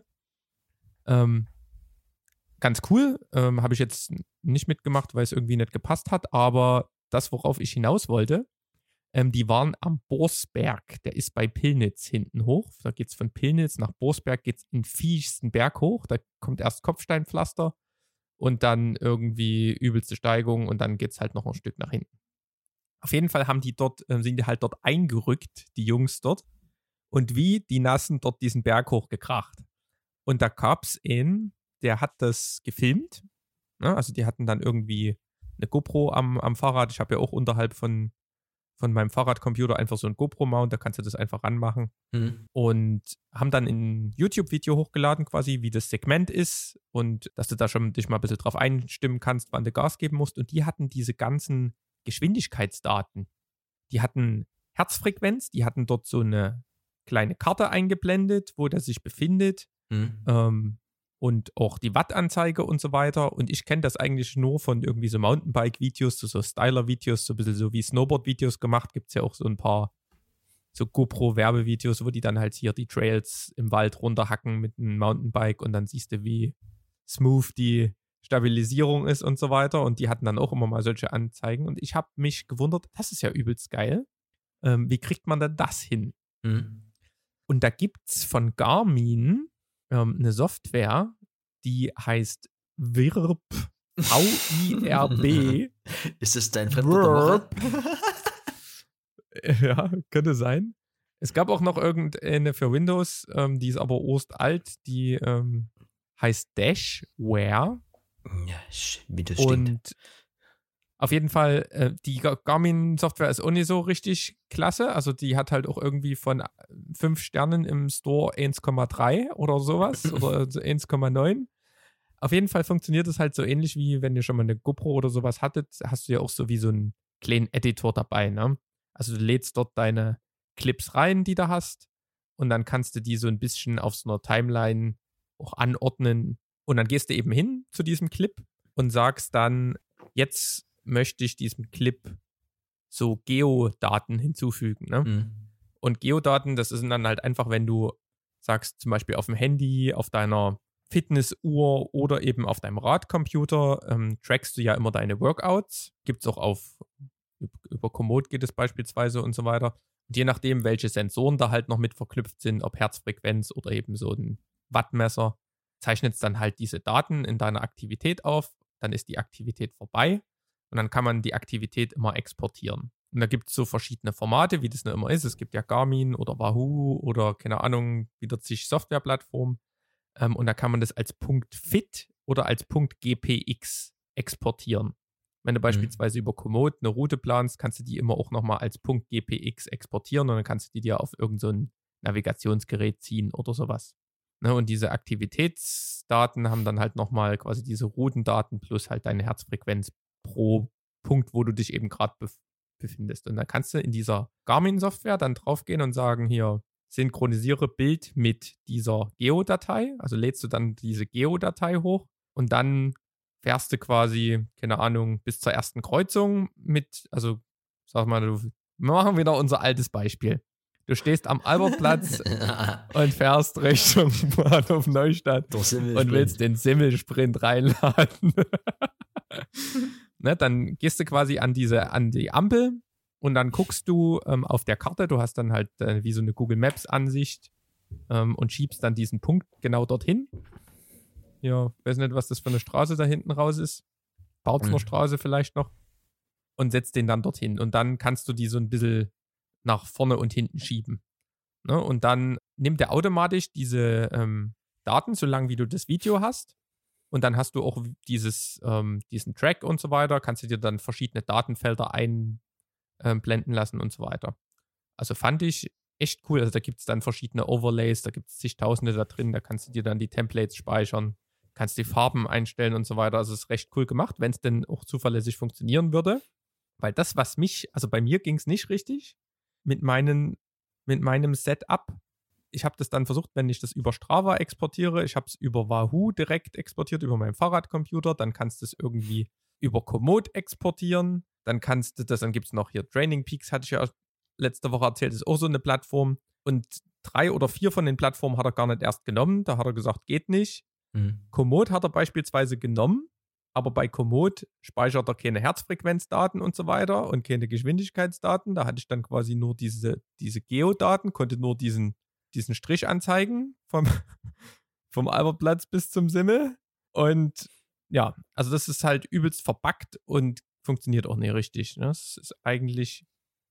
Ähm, ganz cool. Ähm, habe ich jetzt nicht mitgemacht, weil es irgendwie nicht gepasst hat. Aber das, worauf ich hinaus wollte, Ähm, die waren am Borsberg. Der ist bei Pillnitz hinten hoch. Da geht es von Pillnitz nach Borsberg, geht es in fiessten Berg hoch. Da kommt erst Kopfsteinpflaster und dann irgendwie übelste Steigung und dann geht es halt noch ein Stück nach hinten. Auf jeden Fall haben die dort, äh, sind die halt dort eingerückt, die Jungs dort. Und wie die Nassen dort diesen Berg hochgekracht. Und da gab es einen, der hat das gefilmt. Ne? Also die hatten dann irgendwie eine GoPro am, am Fahrrad. Ich habe ja auch unterhalb von von meinem Fahrradcomputer einfach so ein GoPro-Mount, da kannst du das einfach ranmachen. Mhm. Und haben dann ein YouTube-Video hochgeladen quasi, wie das Segment ist und dass du da schon dich mal ein bisschen drauf einstimmen kannst, wann du Gas geben musst. Und die hatten diese ganzen Geschwindigkeitsdaten. Die hatten Herzfrequenz, die hatten dort so eine kleine Karte eingeblendet, wo der sich befindet. Mhm. Ähm, und auch die Wattanzeige und so weiter. Und ich kenne das eigentlich nur von irgendwie so Mountainbike-Videos, so, so Styler-Videos, so ein bisschen so wie Snowboard-Videos gemacht. Gibt es ja auch so ein paar so GoPro-Werbevideos, wo die dann halt hier die Trails im Wald runterhacken mit einem Mountainbike und dann siehst du, wie smooth die Stabilisierung ist und so weiter. Und die hatten dann auch immer mal solche Anzeigen. Und ich habe mich gewundert, das ist ja übelst geil. Ähm, wie kriegt man denn das hin? Mhm. Und da gibt es von Garmin eine Software, die heißt Virb, V I R B. Ist es dein Virb? Ja, könnte sein. Es gab auch noch irgendeine für Windows, ähm, die ist aber ostalт, die ähm, heißt Dashware. Ja, wie das Und stinkt. Auf jeden Fall, äh, die Garmin-Software ist auch nicht so richtig klasse. Also die hat halt auch irgendwie von fünf Sternen im Store eins Komma drei oder sowas oder eins Komma neun. Auf jeden Fall funktioniert es halt so ähnlich wie wenn ihr schon mal eine GoPro oder sowas hattet, hast du ja auch so wie so einen kleinen Editor dabei, ne? Also du lädst dort deine Clips rein, die du hast und dann kannst du die so ein bisschen auf so einer Timeline auch anordnen und dann gehst du eben hin zu diesem Clip und sagst dann, jetzt möchte ich diesem Clip so Geodaten hinzufügen. Ne? Mhm. Und Geodaten, das sind dann halt einfach, wenn du sagst, zum Beispiel auf dem Handy, auf deiner Fitnessuhr oder eben auf deinem Radcomputer, ähm, trackst du ja immer deine Workouts. Gibt es auch auf, über Komoot geht es beispielsweise und so weiter. Und je nachdem, welche Sensoren da halt noch mit verknüpft sind, ob Herzfrequenz oder eben so ein Wattmesser, zeichnet es dann halt diese Daten in deiner Aktivität auf. Dann ist die Aktivität vorbei. Und dann kann man die Aktivität immer exportieren. Und da gibt es so verschiedene Formate, wie das noch immer ist. Es gibt ja Garmin oder Wahoo oder keine Ahnung, wieder zig Softwareplattformen. Ähm, und da kann man das als .fit oder als .gpx exportieren. Wenn du beispielsweise mhm. über Komoot eine Route planst, kannst du die immer auch nochmal als .gpx exportieren und dann kannst du die dir auf irgendein so ein Navigationsgerät ziehen oder sowas. Ne, und diese Aktivitätsdaten haben dann halt nochmal quasi diese Routendaten plus halt deine Herzfrequenz pro Punkt, wo du dich eben gerade bef- befindest. Und dann kannst du in dieser Garmin-Software dann draufgehen und sagen, hier, synchronisiere Bild mit dieser Geodatei. Also lädst du dann diese Geodatei hoch und dann fährst du quasi, keine Ahnung, bis zur ersten Kreuzung mit, also sag mal, du, wir machen wieder unser altes Beispiel. Du stehst am Albertplatz und fährst Richtung Bahnhof Neustadt und willst den Simmelsprint reinladen. Ne, dann gehst du quasi an diese, an die Ampel Und dann guckst du ähm, auf der Karte, du hast dann halt äh, wie so eine Google Maps Ansicht ähm, und schiebst dann diesen Punkt genau dorthin. Ja, weiß nicht, was das für eine Straße da hinten raus ist. Barzner Straße vielleicht noch. Und setzt den dann dorthin. Und dann kannst du die so ein bisschen nach vorne und hinten schieben. Ne? Und dann nimmt er automatisch diese ähm, Daten, solange wie du das Video hast. Und dann hast du auch dieses, ähm, diesen Track und so weiter. Kannst du dir dann verschiedene Datenfelder einblenden lassen und so weiter. Also fand ich echt cool. Also da gibt es dann verschiedene Overlays, da gibt es zigtausende da drin. Da kannst du dir dann die Templates speichern, kannst die Farben einstellen und so weiter. Also es ist recht cool gemacht, wenn es denn auch zuverlässig funktionieren würde. Weil das, was mich, also bei mir ging es nicht richtig mit, meinen, mit meinem Setup. Ich habe das dann versucht, wenn ich das über Strava exportiere. Ich habe es über Wahoo direkt exportiert, über meinen Fahrradcomputer. Dann kannst du es irgendwie über Komoot exportieren. Dann kannst du das, dann gibt es noch hier Training Peaks, hatte ich ja letzte Woche erzählt, ist auch so eine Plattform. Und drei oder vier von den Plattformen hat er gar nicht erst genommen. Da hat er gesagt, geht nicht. Mhm. Komoot hat er beispielsweise genommen. Aber bei Komoot speichert er keine Herzfrequenzdaten und so weiter und keine Geschwindigkeitsdaten. Da hatte ich dann quasi nur diese, diese Geodaten, konnte nur diesen, diesen Strich anzeigen vom, vom Albertplatz bis zum Simmel. Und ja, also das ist halt übelst verbuggt und funktioniert auch nicht richtig. Ne? Das ist eigentlich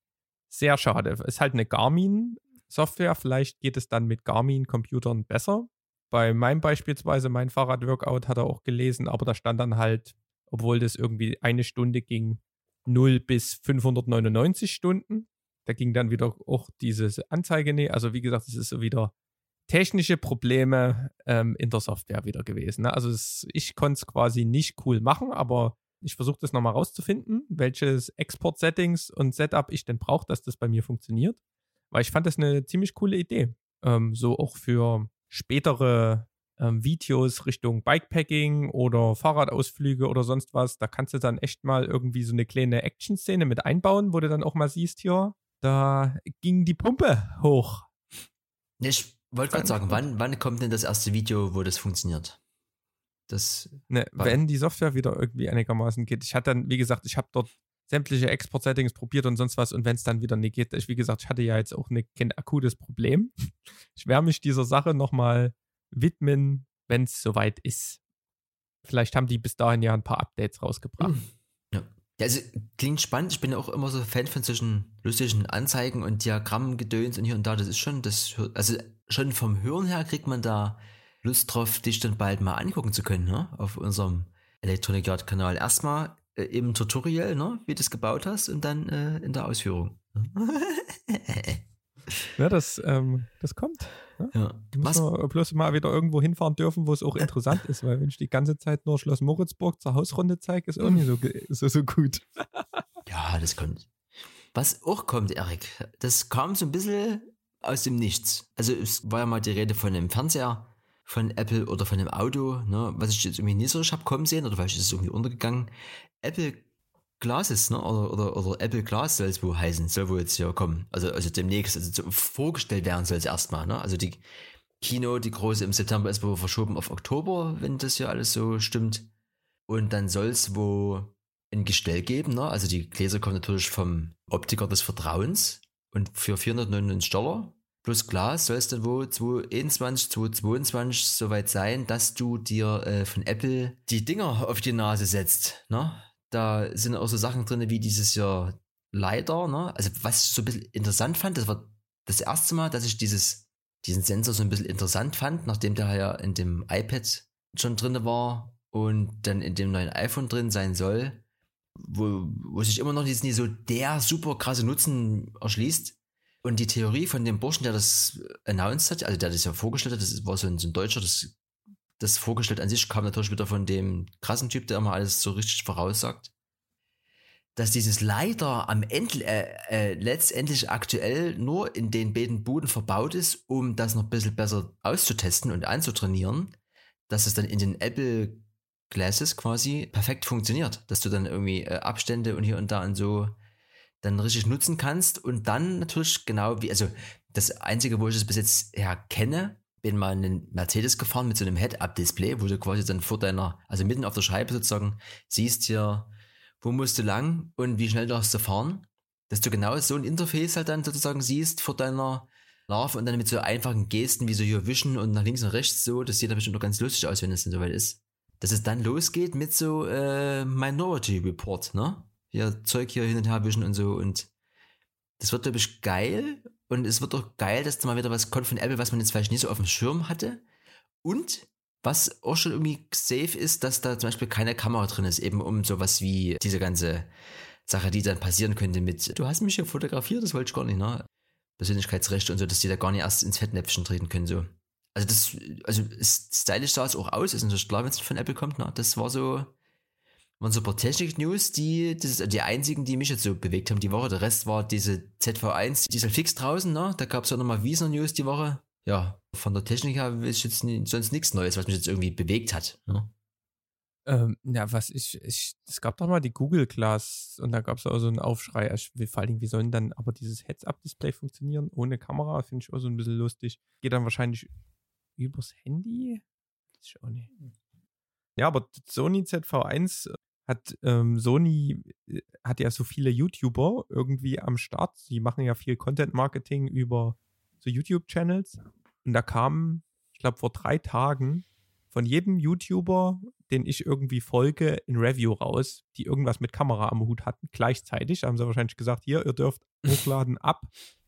sehr schade. Es ist halt eine Garmin-Software. Vielleicht geht es dann mit Garmin-Computern besser. Bei meinem beispielsweise, mein Fahrradworkout hat er auch gelesen, aber da stand dann halt, obwohl das irgendwie eine Stunde ging, null bis fünfhundertneunundneunzig Stunden. Da ging dann wieder auch diese Anzeige nicht. Also wie gesagt, es ist so wieder technische Probleme ähm, in der Software wieder gewesen. Ne? Also es, ich konnte es quasi nicht cool machen, aber ich versuche das nochmal rauszufinden, welches Export-Settings und Setup ich denn brauche, dass das bei mir funktioniert. Weil ich fand das eine ziemlich coole Idee. Ähm, so auch für spätere ähm, Videos Richtung Bikepacking oder Fahrradausflüge oder sonst was, da kannst du dann echt mal irgendwie so eine kleine Action-Szene mit einbauen, wo du dann auch mal siehst, hier, da ging die Pumpe hoch. Ich wollte gerade sagen, wann, wann kommt denn das erste Video, wo das funktioniert? Das ne, wenn die Software wieder irgendwie einigermaßen geht. Ich hatte dann, wie gesagt, ich habe dort sämtliche Export-Settings probiert und sonst was und wenn es dann wieder nicht geht, ich, wie gesagt, ich hatte ja jetzt auch ne, kein akutes Problem. Ich werde mich dieser Sache nochmal widmen, wenn es soweit ist. Vielleicht haben die bis dahin ja ein paar Updates rausgebracht. Ja. Ja, also klingt spannend. Ich bin auch immer so Fan von solchen lustigen Anzeigen und Diagrammgedöns und hier und da. Das ist schon, das, also schon vom Hören her kriegt man da Lust drauf, dich dann bald mal angucken zu können, ne? Auf unserem Electronic Yard Kanal. Erstmal äh, im Tutorial, ne? Wie du es gebaut hast und dann äh, in der Ausführung. Ja, das, ähm, das kommt. Ne? Ja. Müssen wir bloß mal wieder irgendwo hinfahren dürfen, wo es auch interessant ist, weil wenn ich die ganze Zeit nur Schloss Moritzburg zur Hausrunde zeige, ist auch nicht so, so, so gut. Ja, das kommt. Was auch kommt, Erik, das kam so ein bisschen aus dem Nichts. Also es war ja mal die Rede von einem Fernseher von Apple oder von einem Auto, ne, was ich jetzt irgendwie nicht so habe kommen sehen oder vielleicht ist es irgendwie untergegangen. Apple Glasses, ne, oder, oder, oder Apple Glass soll es wohl heißen, soll wohl jetzt hier kommen. Also, also demnächst, also so vorgestellt werden soll es erstmal, ne. Also die Kino, die große im September ist wohl verschoben auf Oktober, wenn das ja alles so stimmt. Und dann soll es wohl ein Gestell geben, ne. Also die Gläser kommen natürlich vom Optiker des Vertrauens und für vierhundertneunundneunzig Dollar plus Glas soll es dann wohl zwanzig einundzwanzig, zwanzig zweiundzwanzig soweit sein, dass du dir äh, von Apple die Dinger auf die Nase setzt, ne. Da sind auch so Sachen drin, wie dieses Jahr LiDAR, ne? Also was ich so ein bisschen interessant fand, das war das erste Mal, dass ich dieses, diesen Sensor so ein bisschen interessant fand, nachdem der ja in dem iPad schon drin war und dann in dem neuen iPhone drin sein soll, wo, wo sich immer noch nicht so der super krasse Nutzen erschließt. Und die Theorie von dem Burschen, der das announced hat, also der das ja vorgestellt hat, das war so ein, so ein Deutscher, das Das vorgestellt an sich kam natürlich wieder von dem krassen Typ, der immer alles so richtig voraussagt, dass dieses LiDAR am Ende äh, äh, letztendlich aktuell nur in den beiden Buden verbaut ist, um das noch ein bisschen besser auszutesten und anzutrainieren, dass es dann in den Apple Glasses quasi perfekt funktioniert, dass du dann irgendwie äh, Abstände und hier und da und so dann richtig nutzen kannst und dann natürlich genau wie, also das Einzige, wo ich es bis jetzt ja kenne, bin mal einen Mercedes gefahren mit so einem Head-Up-Display, wo du quasi dann vor deiner, also mitten auf der Scheibe sozusagen, siehst hier, wo musst du lang und wie schnell darfst du fahren. Dass du genau so ein Interface halt dann sozusagen siehst vor deiner Larve und dann mit so einfachen Gesten wie so hier wischen und nach links und rechts so, das sieht dann bestimmt noch ganz lustig aus, wenn es dann soweit ist. Dass es dann losgeht mit so äh, Minority Report, ne? Hier Zeug hier hin und her wischen und so und das wird, glaube ich, geil und es wird auch geil, dass da mal wieder was kommt von Apple, was man jetzt vielleicht nicht so auf dem Schirm hatte und was auch schon irgendwie safe ist, dass da zum Beispiel keine Kamera drin ist, eben um sowas wie diese ganze Sache, die dann passieren könnte mit, du hast mich hier fotografiert, das wollte ich gar nicht, ne? Persönlichkeitsrechte und so, dass die da gar nicht erst ins Fettnäpfchen treten können, so. Also das, also ist, stylisch sah es auch aus, ist natürlich klar, wenn es von Apple kommt, ne? Das war so, waren so ein paar Technik-News, die, das ist die einzigen, die mich jetzt so bewegt haben die Woche. Der Rest war diese Z V eins, die ist halt fix draußen, ne? Da gab es auch nochmal Wiesner-News die Woche. Ja, von der Technik her ist jetzt nie, sonst nichts Neues, was mich jetzt irgendwie bewegt hat, ne? Ähm, ja, was ich, ich, es gab doch mal die Google Glass und da gab es auch so einen Aufschrei, ich will, vor allen Dingen, wie sollen dann aber dieses Heads-Up-Display funktionieren ohne Kamera, finde ich auch so ein bisschen lustig. Geht dann wahrscheinlich übers Handy? Das ist auch nicht. Ja, aber Sony Z V eins hat, ähm, Sony hat ja so viele YouTuber irgendwie am Start, die machen ja viel Content-Marketing über so YouTube-Channels und da kam, ich glaube vor drei Tagen von jedem YouTuber, den ich irgendwie folge, ein Review raus, die irgendwas mit Kamera am Hut hatten, gleichzeitig. Da haben sie wahrscheinlich gesagt, hier, ihr dürft hochladen ab.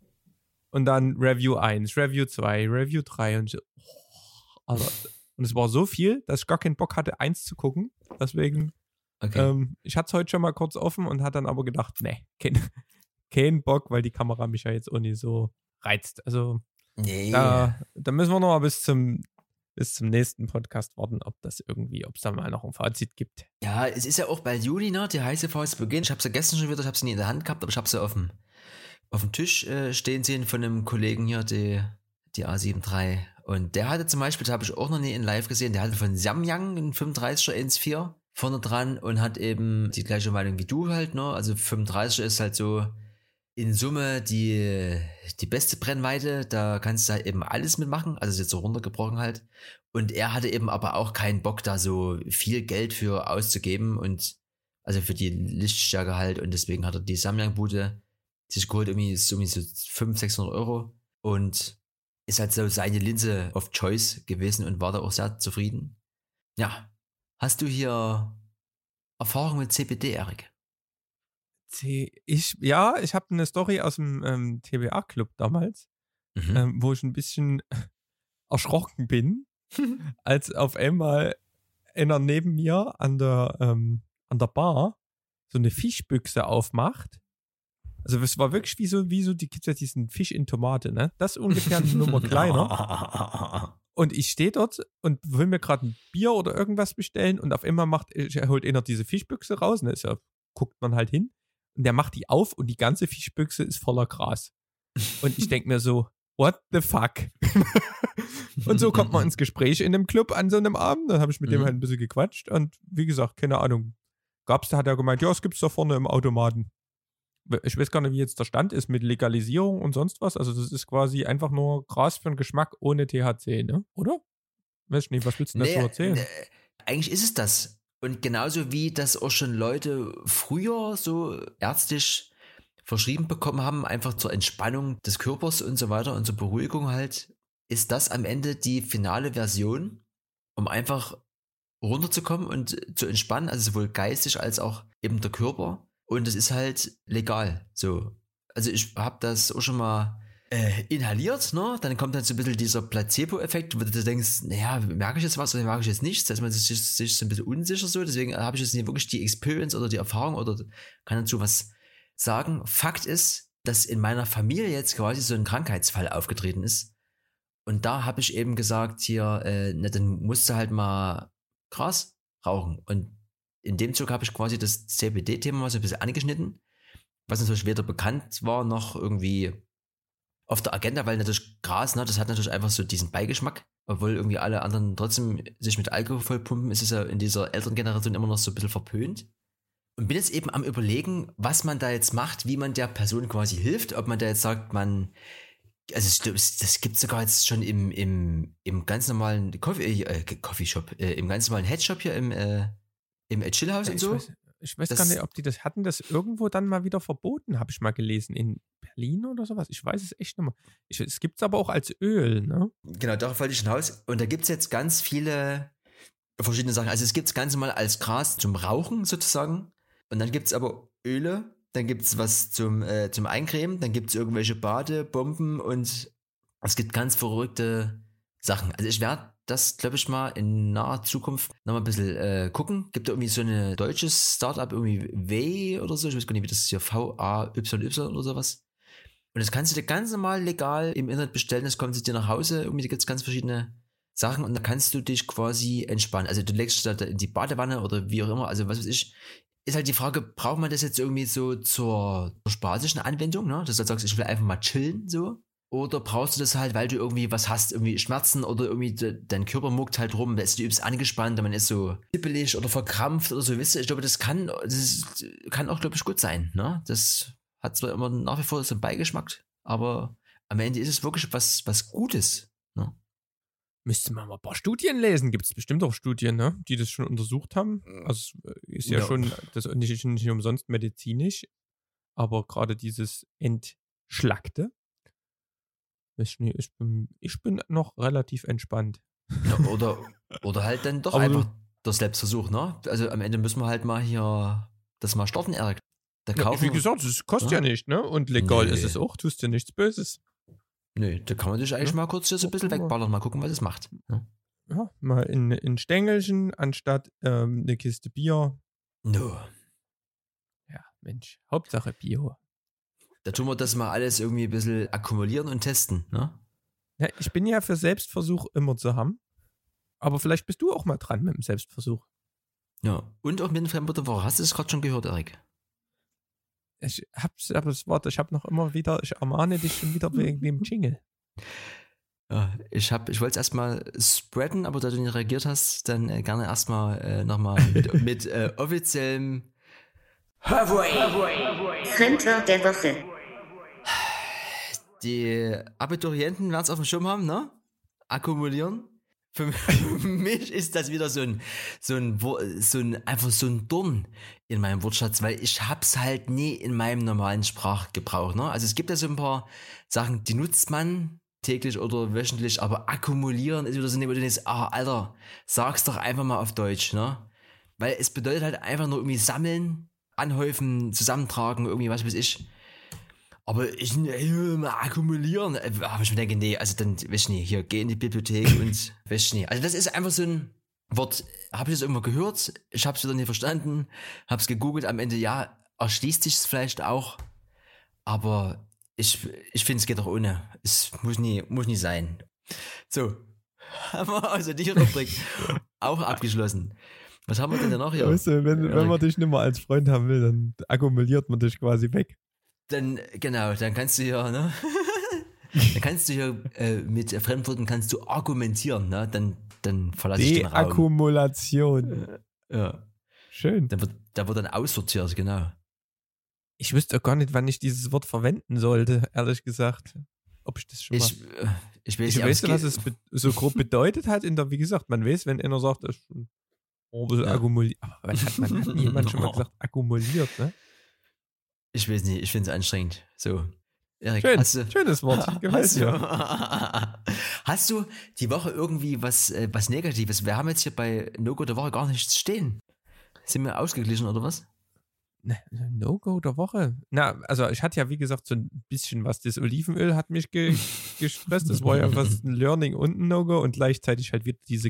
Und dann Review eins, Review zwei, Review drei und so. Oh, also, und es war so viel, dass ich gar keinen Bock hatte, eins zu gucken. Deswegen, okay. ähm, ich hatte es heute schon mal kurz offen und hatte dann aber gedacht, nee, kein, kein Bock, weil die Kamera mich ja jetzt auch nicht so reizt. Also, nee. da, da müssen wir noch mal bis zum bis zum nächsten Podcast warten, ob das irgendwie, ob es da mal noch ein Fazit gibt. Ja, es ist ja auch bei Juli, ne, die heiße Phase beginnt. Ich habe sie gestern schon wieder, ich habe sie nie in der Hand gehabt, aber ich habe sie auf dem, auf dem Tisch äh, stehen sehen von einem Kollegen hier, die, die A sieben drei. Und der hatte zum Beispiel, das habe ich auch noch nie in live gesehen, der hatte von Samyang einen fünfunddreißiger eins Komma vier vorne dran und hat eben die gleiche Meinung wie du halt, ne, also fünfunddreißiger ist halt so in Summe die, die beste Brennweite, da kannst du halt eben alles mitmachen, also ist jetzt so runtergebrochen halt. Und er hatte eben aber auch keinen Bock, da so viel Geld für auszugeben und also für die Lichtstärke halt und deswegen hat er die Samyang-Bude sich geholt, irgendwie so, irgendwie so fünfhundert, sechshundert Euro und ist halt so seine Linse of Choice gewesen und war da auch sehr zufrieden. Ja, hast du hier Erfahrung mit C B D, Erik? Ich, ja, ich habe eine Story aus dem ähm, T B A-Club damals, mhm. ähm, wo ich ein bisschen erschrocken bin, als auf einmal einer neben mir an der, ähm, an der Bar so eine Fischbüchse aufmacht. Also es war wirklich wie so, wie so, die gibt ja diesen Fisch in Tomate, ne? Das ist ungefähr eine Nummer kleiner. Und ich stehe dort und will mir gerade ein Bier oder irgendwas bestellen und auf einmal macht, holt einer diese Fischbüchse raus, ne? Ist ja, guckt man halt hin. Und der macht die auf und die ganze Fischbüchse ist voller Gras. Und ich denke mir so, what the fuck? Und so kommt man ins Gespräch in dem Club an so einem Abend. Dann habe ich mit mhm. dem halt ein bisschen gequatscht. Und wie gesagt, keine Ahnung. Gab's da, hat er gemeint, ja, es gibt's da vorne im Automaten. Ich weiß gar nicht, wie jetzt der Stand ist mit Legalisierung und sonst was. Also das ist quasi einfach nur Gras für den Geschmack ohne T H C, ne? Oder? Weiß ich nicht, was willst du denn nee, dazu erzählen? Nee, eigentlich ist es das. Und genauso wie das auch schon Leute früher so ärztlich verschrieben bekommen haben, einfach zur Entspannung des Körpers und so weiter und zur Beruhigung halt, ist das am Ende die finale Version, um einfach runterzukommen und zu entspannen, also sowohl geistig als auch eben der Körper. Und es ist halt legal, so. Also ich habe das auch schon mal äh, inhaliert, ne? Dann kommt dann so ein bisschen dieser Placebo-Effekt, wo du denkst, naja, merke ich jetzt was oder merke ich jetzt nichts? Da ist man sich, sich so ein bisschen unsicher so, deswegen habe ich jetzt nicht wirklich die Experience oder die Erfahrung oder kann dazu was sagen. Fakt ist, dass in meiner Familie jetzt quasi so ein Krankheitsfall aufgetreten ist. Und da habe ich eben gesagt, hier, äh, na, dann musst du halt mal Gras rauchen. Und in dem Zug habe ich quasi das C B D-Thema mal so ein bisschen angeschnitten, was natürlich weder bekannt war, noch irgendwie auf der Agenda, weil natürlich Gras, ne, das hat natürlich einfach so diesen Beigeschmack, obwohl irgendwie alle anderen trotzdem sich mit Alkohol vollpumpen, ist es ja in dieser älteren Generation immer noch so ein bisschen verpönt. Und bin jetzt eben am Überlegen, was man da jetzt macht, wie man der Person quasi hilft, ob man da jetzt sagt, man, also das gibt es sogar jetzt schon im, im, im ganz normalen Coffee, äh, Coffeeshop, äh, im ganz normalen Headshop hier im, äh, im Chillhouse ja, und so. Weiß, Ich weiß Das- gar nicht, ob die das hatten, das irgendwo dann mal wieder verboten, habe ich mal gelesen. In Berlin oder sowas. Ich weiß es echt nicht mehr. Ich, es gibt es aber auch als Öl, ne? Genau, darauf wollte ich hinaus. Und da gibt es jetzt ganz viele verschiedene Sachen. Also es gibt es ganz normal als Gras zum Rauchen sozusagen. Und dann gibt es aber Öle. Dann gibt es was zum, äh, zum Eincremen. Dann gibt es irgendwelche Badebomben. Und es gibt ganz verrückte Sachen. Also ich werde das, glaube ich, mal in naher Zukunft nochmal ein bisschen äh, gucken. Gibt da irgendwie so eine deutsches Startup, irgendwie Way oder so. Ich weiß gar nicht, wie das ist hier, V A Y Y oder sowas. Und das kannst du dir ganz normal legal im Internet bestellen. Das kommt zu dir nach Hause. Irgendwie gibt es ganz verschiedene Sachen und da kannst du dich quasi entspannen. Also du legst dich da in die Badewanne oder wie auch immer. Also was weiß ich. Ist halt die Frage, braucht man das jetzt irgendwie so zur, zur spaßischen Anwendung, ne? Dass du sagst, ich will einfach mal chillen, so. Oder brauchst du das halt, weil du irgendwie was hast, irgendwie Schmerzen oder irgendwie de, dein Körper muckt halt rum, da ist du übelst angespannt, man ist so hippelig oder verkrampft oder so, wisst ihr, ich glaube, das kann, das ist, kann auch, glaube ich, gut sein, ne? Das hat zwar immer nach wie vor so einen Beigeschmack, aber am Ende ist es wirklich was, was Gutes, ne? Müsste man mal ein paar Studien lesen. Gibt es bestimmt auch Studien, ne? Die das schon untersucht haben. Also es ist ja, Ja. schon, das ist nicht, nicht umsonst medizinisch, aber gerade dieses Entschlackte. Weiß ich nicht, ich bin, ich bin noch relativ entspannt. Ja, oder, oder halt dann doch Aber du- einfach der Selbstversuch, ne? Also am Ende müssen wir halt mal hier das mal starten, Erik. Da Ja, kaufen wie gesagt, es kostet ja, Ja. nicht, ne? Und legal Nee. ist es auch, tust dir nichts Böses. Nö, da kann man dich eigentlich Ja. mal kurz hier so ein bisschen Gucken wir. wegballern, mal gucken, was es macht. Ja. Ja, mal in, in Stängelchen anstatt ähm, eine Kiste Bier. No. Ja, Mensch, Hauptsache Bio. Da tun wir das mal alles irgendwie ein bisschen akkumulieren und testen, ne? Ja, ich bin ja für Selbstversuch immer zu haben. Aber vielleicht bist du auch mal dran mit dem Selbstversuch. Ja. Und auch mit dem Fremdwort der Woche. Hast du das gerade schon gehört, Erik? Ich hab's, aber das Wort, ich hab noch immer wieder, ich ermahne dich schon wieder wegen dem Jingle. Ja, ich hab, ich wollte es erstmal spreaden, aber da du nicht reagiert hast, dann äh, gerne erstmal äh, nochmal mit, mit äh, offiziellem Fremdwort der Woche. Die Abiturienten werden es auf dem Schirm haben, ne? Akkumulieren. Für mich ist das wieder so ein, so ein, Wo- so ein, einfach so ein Dorn in meinem Wortschatz, weil ich hab's halt nie in meinem normalen Sprachgebrauch, ne? Also es gibt ja so ein paar Sachen, die nutzt man täglich oder wöchentlich, aber akkumulieren ist wieder so ein Ding, wo du denkst, ah, Alter, sag's doch einfach mal auf Deutsch, ne? Weil es bedeutet halt einfach nur irgendwie sammeln, anhäufen, zusammentragen, irgendwie, was weiß ich. Aber ich, äh, mal akkumulieren, äh, aber ich mir denke, nee, also dann, weiß ich nicht, hier, geh in die Bibliothek und, weiß ich nicht. Also das ist einfach so ein Wort, habe ich das irgendwo gehört, ich habe es wieder nicht verstanden, habe es gegoogelt, am Ende, ja, erschließt sich es vielleicht auch, aber ich, ich finde, es geht doch ohne. Es muss nie, muss nie sein. So, haben wir also die Rubrik auch abgeschlossen. Was haben wir denn da noch hier? Weißt du, wenn, wenn man dich nicht mehr als Freund haben will, dann akkumuliert man dich quasi weg. Dann, genau, dann kannst du hier, ne? Dann kannst du hier äh, mit Fremdworten kannst du argumentieren, ne? Dann, dann verlasse ich den Raum. Deakkumulation. Ja. Schön. Dann wird, da wird dann aussortiert, genau. Ich wüsste auch gar nicht, wann ich dieses Wort verwenden sollte, ehrlich gesagt. Ob ich das schon mal... Ich, äh, ich weiß Ich nicht, aber weiß nicht, was geht- es be- so grob bedeutet hat. In der, wie gesagt, man weiß, wenn einer sagt, das ist schon oh, ein bisschen Ja. akkumuliert. Aber wann hat man hat jemand schon mal gesagt, akkumuliert, ne? Ich weiß nicht, ich finde es anstrengend. So. Erik, Schön, hast du, schönes Wort. Gefällt hast, du, mir. hast du die Woche irgendwie was, äh, was Negatives? Wir haben jetzt hier bei No-Go der Woche gar nichts stehen. Sind wir ausgeglichen oder was? Ne, No-Go der Woche. Na, also ich hatte ja, wie gesagt, so ein bisschen was. Das Olivenöl hat mich ge gestresst. Das war ja was ein Learning und ein No-Go und gleichzeitig halt wieder diese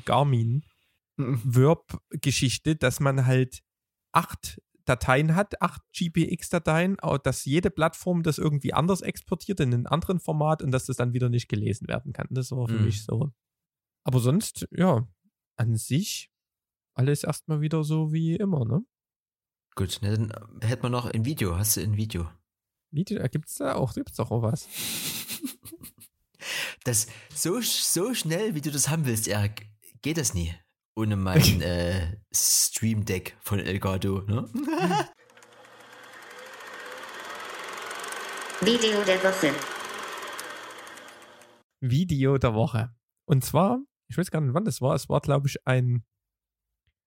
Garmin-Verb-Geschichte, dass man halt acht Dateien hat, acht G P X-Dateien, dass jede Plattform das irgendwie anders exportiert in einem anderen Format und dass das dann wieder nicht gelesen werden kann. Das war für Mhm. mich so. Aber sonst, ja, an sich alles erstmal wieder so wie immer, ne? Gut, na, dann hätten wir noch ein Video. Hast du ein Video? Video, da gibt's da auch, gibt's doch auch was. Das so, so schnell, wie du das haben willst, Erik, geht das nie. Ohne mein äh, Stream Deck von Elgato, ne? Video der Woche. Video der Woche. Und zwar, ich weiß gar nicht, wann das war, es war, glaube ich, ein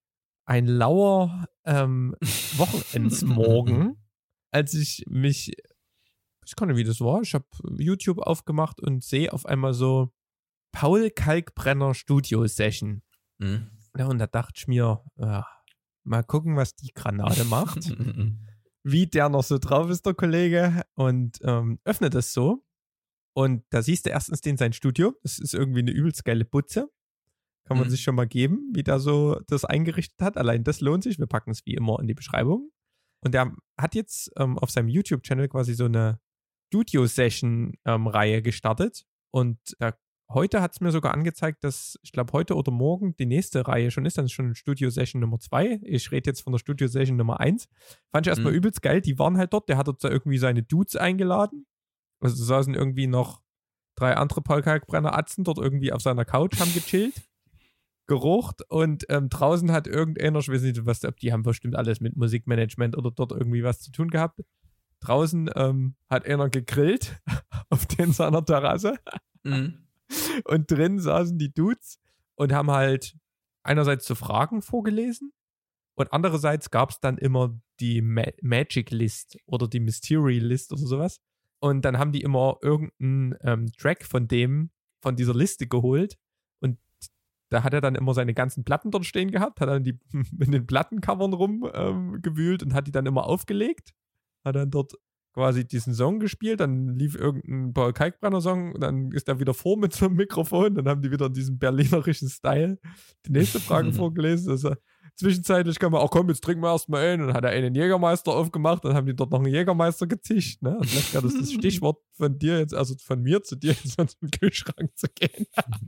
ein lauer ähm, Wochenendsmorgen, als ich mich, ich kann nicht, wie das war, ich habe YouTube aufgemacht und sehe auf einmal so Paul Kalkbrenner Studio Session. Mhm. Ja, und da dachte ich mir, ja, mal gucken, was die Granate macht. Wie der noch so drauf ist, der Kollege. Und ähm, öffne das so. Und da siehst du erstens den sein Studio. Das ist irgendwie eine übelst geile Butze. Kann man Mhm. sich schon mal geben, wie der so das eingerichtet hat. Allein das lohnt sich. Wir packen es wie immer in die Beschreibung. Und der hat jetzt ähm, auf seinem YouTube-Channel quasi so eine Studio-Session-Reihe ähm, gestartet. Und da heute hat es mir sogar angezeigt, dass, ich glaube, heute oder morgen die nächste Reihe schon ist. Dann ist schon Studio-Session Nummer zwei. Ich rede jetzt von der Studio-Session Nummer eins. Fand ich erstmal Mhm. übelst geil. Die waren halt dort. Der hat dort so irgendwie seine Dudes eingeladen. Also saßen irgendwie noch drei andere Paul Kalkbrenner-Atzen dort irgendwie auf seiner Couch, haben gechillt, gerucht und ähm, draußen hat irgendeiner, ich weiß nicht, was, ob die haben bestimmt alles mit Musikmanagement oder dort irgendwie was zu tun gehabt. Draußen ähm, hat einer gegrillt auf den seiner Terrasse. Mhm. Und drin saßen die Dudes und haben halt einerseits so Fragen vorgelesen und andererseits gab es dann immer die Ma- Magic List oder die Mystery List oder sowas. Und dann haben die immer irgendeinen ähm, Track von dem, von dieser Liste geholt und da hat er dann immer seine ganzen Platten dort stehen gehabt, hat dann die in den Plattencovern rumgewühlt ähm, und hat die dann immer aufgelegt, hat dann dort quasi diesen Song gespielt, dann lief irgendein Paul Kalkbrenner-Song, dann ist er wieder vor mit so einem Mikrofon, dann haben die wieder in diesem berlinerischen Style die nächste Frage vorgelesen. Also, zwischenzeitlich kann man auch, komm, jetzt trinken wir erstmal ein, und dann hat er einen Jägermeister aufgemacht, dann haben die dort noch einen Jägermeister gezischt, ne? Also vielleicht wäre das das Stichwort von dir jetzt, also von mir zu dir jetzt mal zum Kühlschrank zu gehen.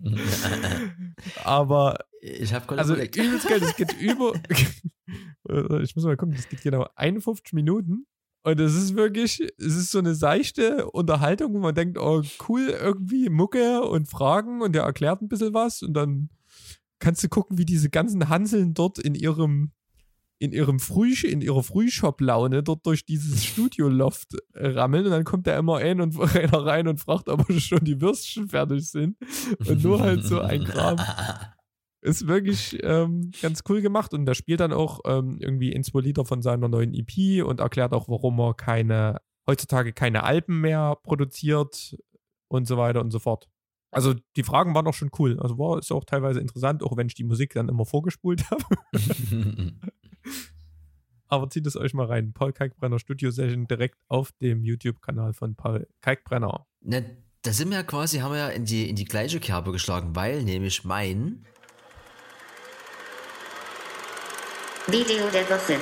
Aber Ich habe gerade also überlegt. übelst geil, das geht über ich muss mal gucken, das geht genau einundfünfzig Minuten. Und es ist wirklich, es ist so eine seichte Unterhaltung, wo man denkt, oh cool, irgendwie Mucke und Fragen und der erklärt ein bisschen was und dann kannst du gucken, wie diese ganzen Hanseln dort in ihrem, in ihrem Früh, in ihrer Frühshop-Laune dort durch dieses Studio-Loft rammeln und dann kommt da immer ein und einer rein und fragt, ob schon die Würstchen fertig sind und nur halt so ein Kram. Ist wirklich ähm, ganz cool gemacht und da spielt dann auch ähm, irgendwie ein, zwei Lieder von seiner neuen E P und erklärt auch, warum er keine, heutzutage keine Alben mehr produziert und so weiter und so fort. Also die Fragen waren auch schon cool. Also war ist auch teilweise interessant, auch wenn ich die Musik dann immer vorgespult habe. Aber zieht es euch mal rein. Paul Kalkbrenner Studio Session direkt auf dem YouTube-Kanal von Paul Kalkbrenner. Ne, da sind wir ja quasi, haben wir ja in die, in die gleiche Kerbe geschlagen, weil nämlich mein Video der Woche.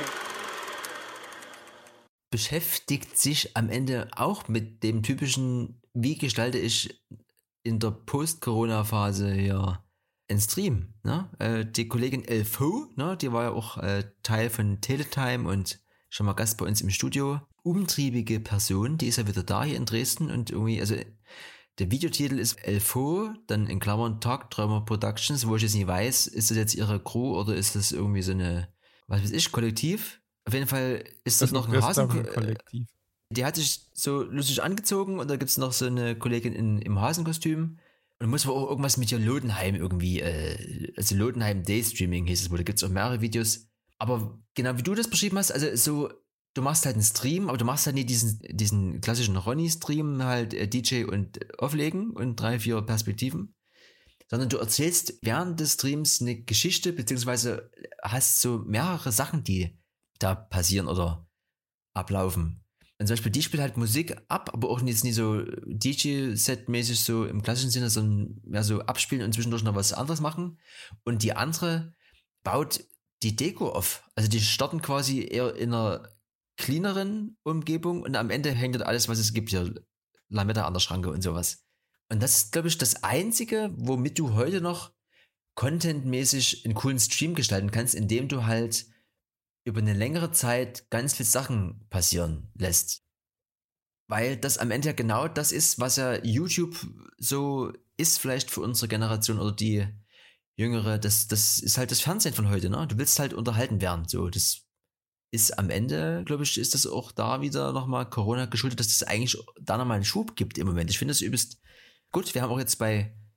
beschäftigt sich am Ende auch mit dem typischen, wie gestalte ich in der Post-Corona-Phase ja einen Stream. Ne? Äh, die Kollegin Elfo, ne, die war ja auch äh, Teil von Teletime und schon mal Gast bei uns im Studio. Umtriebige Person, die ist ja wieder da hier in Dresden und irgendwie, also der Videotitel ist Elfo, dann in Klammern Tagträumer Productions, wo ich jetzt nicht weiß, ist das jetzt ihre Crew oder ist das irgendwie so eine, was weiß ich, Kollektiv? Auf jeden Fall ist das, das noch ein Hasen-Kollektiv. Die hat sich so lustig angezogen und da gibt es noch so eine Kollegin in, im Hasenkostüm. Und muss wohl auch irgendwas mit ihr Lodenheim irgendwie, äh, also Lodenheim Daystreaming hieß es wohl, da gibt es auch mehrere Videos. Aber genau wie du das beschrieben hast, also so, du machst halt einen Stream, aber du machst halt nicht diesen, diesen klassischen Ronny-Stream, halt äh, D J und auflegen und drei, vier Perspektiven. Sondern du erzählst während des Streams eine Geschichte, beziehungsweise hast so mehrere Sachen, die da passieren oder ablaufen. Und zum Beispiel, die spielt halt Musik ab, aber auch jetzt nicht so D J-Set-mäßig so im klassischen Sinne, sondern mehr so abspielen und zwischendurch noch was anderes machen. Und die andere baut die Deko auf. Also die starten quasi eher in einer cleaneren Umgebung und am Ende hängt dort alles, was es gibt, hier Lametta an der Schranke und sowas. Und das ist, glaube ich, das Einzige, womit du heute noch contentmäßig einen coolen Stream gestalten kannst, indem du halt über eine längere Zeit ganz viele Sachen passieren lässt. Weil das am Ende ja genau das ist, was ja YouTube so ist, vielleicht für unsere Generation oder die Jüngere. Das, das ist halt das Fernsehen von heute, ne? Du willst halt unterhalten werden. So, das ist am Ende, glaube ich, ist das auch da wieder nochmal Corona geschuldet, dass es das eigentlich da nochmal einen Schub gibt im Moment. Ich finde das übelst gut. Wir haben auch jetzt bei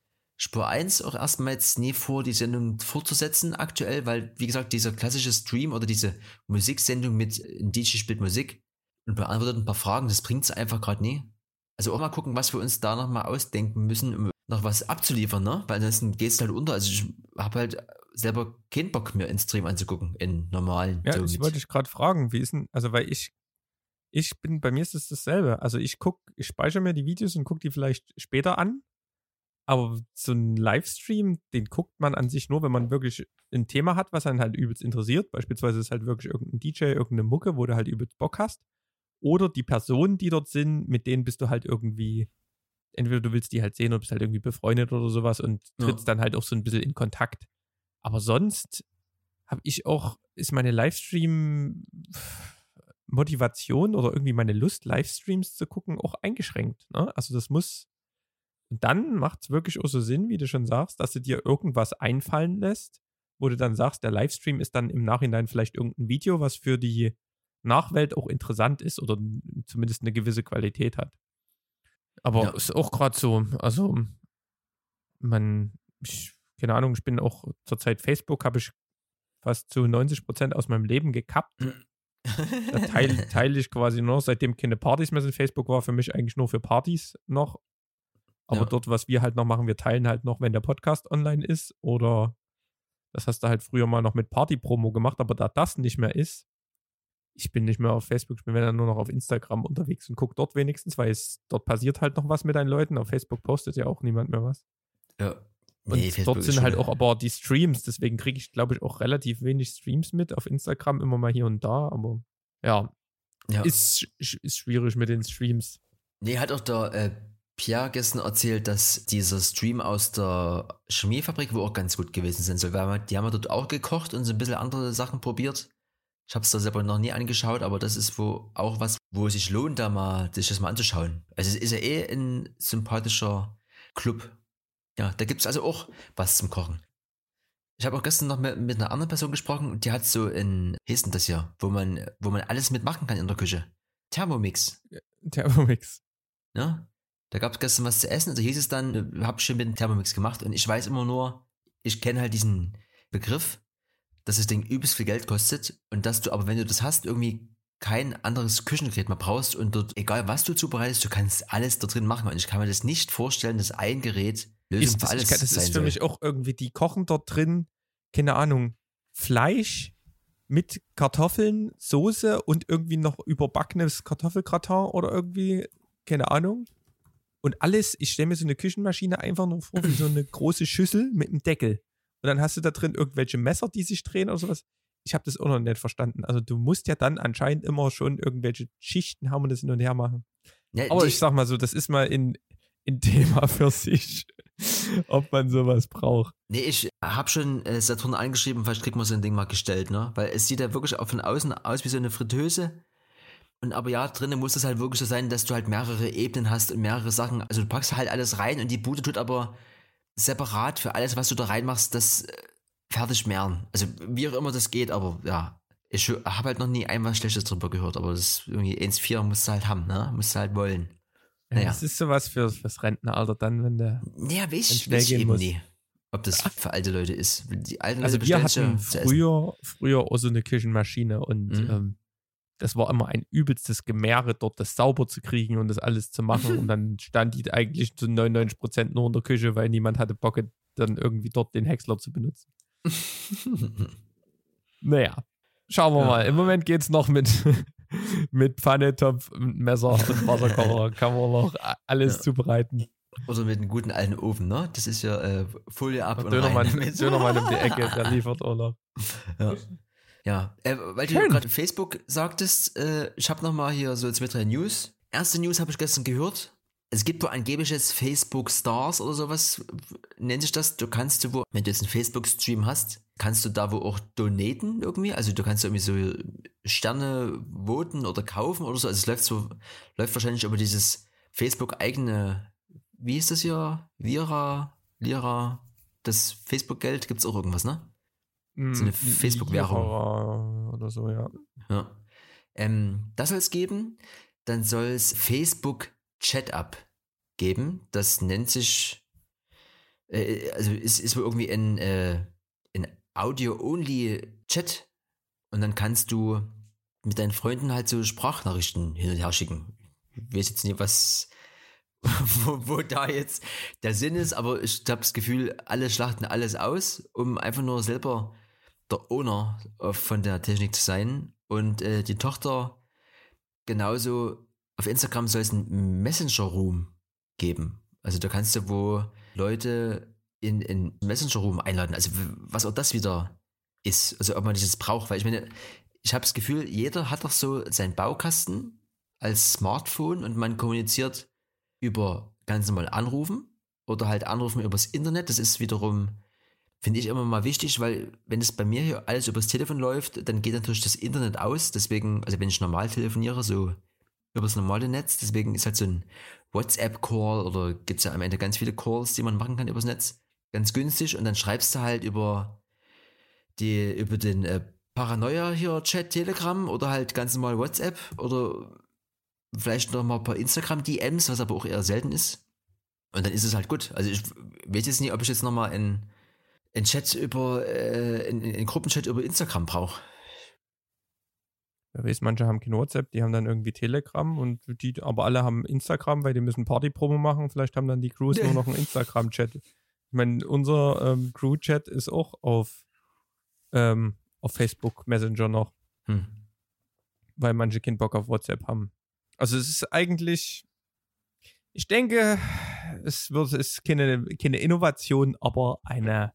Spur eins auch erstmal jetzt nie vor, die Sendung fortzusetzen aktuell, weil, wie gesagt, dieser klassische Stream oder diese Musiksendung mit ein D J spielt Musik und beantwortet ein paar Fragen, das bringt es einfach gerade nie. Also auch mal gucken, was wir uns da nochmal ausdenken müssen, um noch was abzuliefern, ne? Weil ansonsten geht es halt unter. Also ich habe halt selber keinen Bock mehr, in Stream anzugucken, in normalen. Ja, so das mit- wollte ich gerade fragen, wie ist denn, also weil ich, ich bin, bei mir ist es dasselbe. Also ich gucke, ich speichere mir die Videos und gucke die vielleicht später an, aber so ein Livestream, den guckt man an sich nur, wenn man wirklich ein Thema hat, was einen halt übelst interessiert. Beispielsweise ist halt wirklich irgendein D J, irgendeine Mucke, wo du halt übelst Bock hast. Oder die Personen, die dort sind, mit denen bist du halt irgendwie, entweder du willst die halt sehen oder bist halt irgendwie befreundet oder sowas und Ja. trittst dann halt auch so ein bisschen in Kontakt. Aber sonst habe ich auch, ist meine Livestream-Motivation oder irgendwie meine Lust, Livestreams zu gucken, auch eingeschränkt. Ne? Also das muss, und dann macht es wirklich auch so Sinn, wie du schon sagst, dass du dir irgendwas einfallen lässt, wo du dann sagst, der Livestream ist dann im Nachhinein vielleicht irgendein Video, was für die Nachwelt auch interessant ist oder zumindest eine gewisse Qualität hat. Aber Ja. ist auch gerade so, also man, ich, keine Ahnung, ich bin auch zurzeit Facebook, habe ich fast zu neunzig Prozent aus meinem Leben gekappt. Da teile teil ich quasi nur, seitdem keine Partys mehr sind. Facebook war für mich eigentlich nur für Partys noch. Aber Ja. dort, was wir halt noch machen, wir teilen halt noch, wenn der Podcast online ist. Oder das hast du halt früher mal noch mit Party-Promo gemacht, aber da das nicht mehr ist, ich bin nicht mehr auf Facebook, ich bin dann nur noch auf Instagram unterwegs und gucke dort wenigstens, weil es dort passiert halt noch was mit deinen Leuten. Auf Facebook postet ja auch niemand mehr was. Ja. Und Nee, Facebook dort ist sind halt schon- auch aber die Streams, deswegen kriege ich, glaube ich, auch relativ wenig Streams mit. Auf Instagram immer mal hier und da, aber ja, Ja. ist, ist schwierig mit den Streams. Nee, hat auch der äh, Pierre gestern erzählt, dass dieser Stream aus der Chemiefabrik wohl auch ganz gut gewesen sein soll. Weil wir- die haben ja dort auch gekocht und so ein bisschen andere Sachen probiert. Ich habe es da selber noch nie angeschaut, aber das ist wo auch was, wo es sich lohnt, da mal sich das mal anzuschauen. Also es ist ja eh ein sympathischer Club. Ja, da gibt es also auch was zum Kochen. Ich habe auch gestern noch mit, mit einer anderen Person gesprochen und die hat so ein, wie hieß denn das hier, wo man, wo man alles mitmachen kann in der Küche. Thermomix. Thermomix. Ne? Da gab es gestern was zu essen und da hieß es dann, hab schon mit dem Thermomix gemacht und ich weiß immer nur, ich kenne halt diesen Begriff, dass das Ding übelst viel Geld kostet und dass du aber, wenn du das hast, irgendwie kein anderes Küchengerät mehr brauchst und dort, egal was du zubereitest, du kannst alles da drin machen und ich kann mir das nicht vorstellen, dass ein Gerät Lösung Ist für das, alles ich kann, das sein ist für soll. mich auch irgendwie, die kochen dort drin, keine Ahnung, Fleisch mit Kartoffeln, Soße und irgendwie noch überbackenes Kartoffelgratin oder irgendwie, keine Ahnung. Und alles, ich stelle mir so eine Küchenmaschine einfach nur vor wie so eine große Schüssel mit einem Deckel. Und dann hast du da drin irgendwelche Messer, die sich drehen oder sowas. Ich habe das auch noch nicht verstanden. Also du musst ja dann anscheinend immer schon irgendwelche Schichten haben und das hin und her machen. Ja, Aber die- ich sag mal so, das ist mal in, in Thema für sich, ob man sowas braucht. Nee, ich habe schon äh, Saturn angeschrieben, vielleicht kriegt man so ein Ding mal gestellt, ne? Weil es sieht ja wirklich auch von außen aus wie so eine Fritteuse. Und aber ja, drinnen muss es halt wirklich so sein, dass du halt mehrere Ebenen hast und mehrere Sachen. Also du packst halt alles rein und die Bude tut aber separat für alles, was du da reinmachst, das äh, fertig mehren. Also wie auch immer das geht, aber ja. Ich habe halt noch nie ein was Schlechtes drüber gehört, aber das ist irgendwie eins Komma vier musst du halt haben, ne? Musst du halt wollen. Ja, Naja. Das ist sowas für, fürs Rentenalter dann, wenn der. Ja, weiß Wenn's ich, schnell weiß ich gehen eben muss. nie, ob das für alte Leute ist. Die alten Also Leute wir bestellen hatten sich ja zu essen. früher, früher auch so eine Küchenmaschine und Mhm. ähm, das war immer ein übelstes Gemehre, dort das sauber zu kriegen und das alles zu machen. Und dann stand die eigentlich zu neunundneunzig Prozent nur in der Küche, weil niemand hatte Bock, dann irgendwie dort den Häcksler zu benutzen. Naja, schauen wir Ja. mal. Im Moment geht es noch mit, mit Pfanne, Topf, Messer und Wasserkocher. Kann man noch a- alles Ja. zubereiten. Oder mit einem guten alten Ofen, ne? Das ist ja äh, Folie ab Und und Dönermann, rein. damit. Dönermann um die Ecke, der liefert auch noch. Ja, ja. Äh, weil du Schön. gerade Facebook sagtest, äh, ich habe nochmal hier so zwei, drei News. Erste News habe ich gestern gehört. Es gibt wohl angeblich jetzt Facebook Stars oder sowas, nennt sich das. Du kannst du wo, wenn du jetzt einen Facebook-Stream hast, kannst du da wo auch donaten irgendwie. Also du kannst irgendwie so Sterne voten oder kaufen oder so. Also es läuft so, läuft wahrscheinlich über dieses Facebook-eigene, wie ist das hier? Vira, Lira, das Facebook-Geld, gibt's auch irgendwas, ne? So eine Facebook-Währung. Lira Oder so, ja. Ja. Ähm, das soll es geben. Dann soll es Facebook Chat Up geben. Das nennt sich äh, also es ist wohl irgendwie ein, äh, ein Audio-Only-Chat und dann kannst du mit deinen Freunden halt so Sprachnachrichten hin und her schicken. Ich weiß jetzt nicht, was, wo, wo da jetzt der Sinn ist, aber ich habe das Gefühl, alle schlachten alles aus, um einfach nur selber der Owner von der Technik zu sein. Und äh, die Tochter genauso, auf Instagram soll es einen Messenger-Room geben. Also da kannst du wo Leute in in Messenger-Room einladen. Also w- was auch das wieder ist. Also ob man das jetzt braucht. Weil ich meine, ich habe das Gefühl, jeder hat doch so seinen Baukasten als Smartphone und man kommuniziert über ganz normal Anrufen oder halt Anrufen übers Internet. Das ist wiederum, finde ich, immer mal wichtig, weil wenn es bei mir hier alles übers Telefon läuft, dann geht natürlich das Internet aus. Deswegen, also wenn ich normal telefoniere, so übers normale Netz, deswegen ist halt so ein WhatsApp-Call oder gibt es ja am Ende ganz viele Calls, die man machen kann übers Netz, ganz günstig und dann schreibst du halt über die, über den äh, Paranoia hier Chat, Telegram oder halt ganz normal WhatsApp oder vielleicht noch mal ein paar Instagram-D Ms, was aber auch eher selten ist. Und dann ist es halt gut. Also ich weiß jetzt nicht, ob ich jetzt nochmal einen, einen Chat über, äh, einen, einen Gruppenchat über Instagram brauche. Wer weiß, manche haben kein WhatsApp, die haben dann irgendwie Telegram und die, aber alle haben Instagram, weil die müssen Party-Promo machen. Vielleicht haben dann die Crews nur noch einen Instagram-Chat. Ich meine, unser ähm, Crew-Chat ist auch auf, ähm, auf Facebook Messenger noch, Hm. weil manche keinen Bock auf WhatsApp haben. Also es ist eigentlich, ich denke, es wird, es ist keine, keine Innovation, aber eine,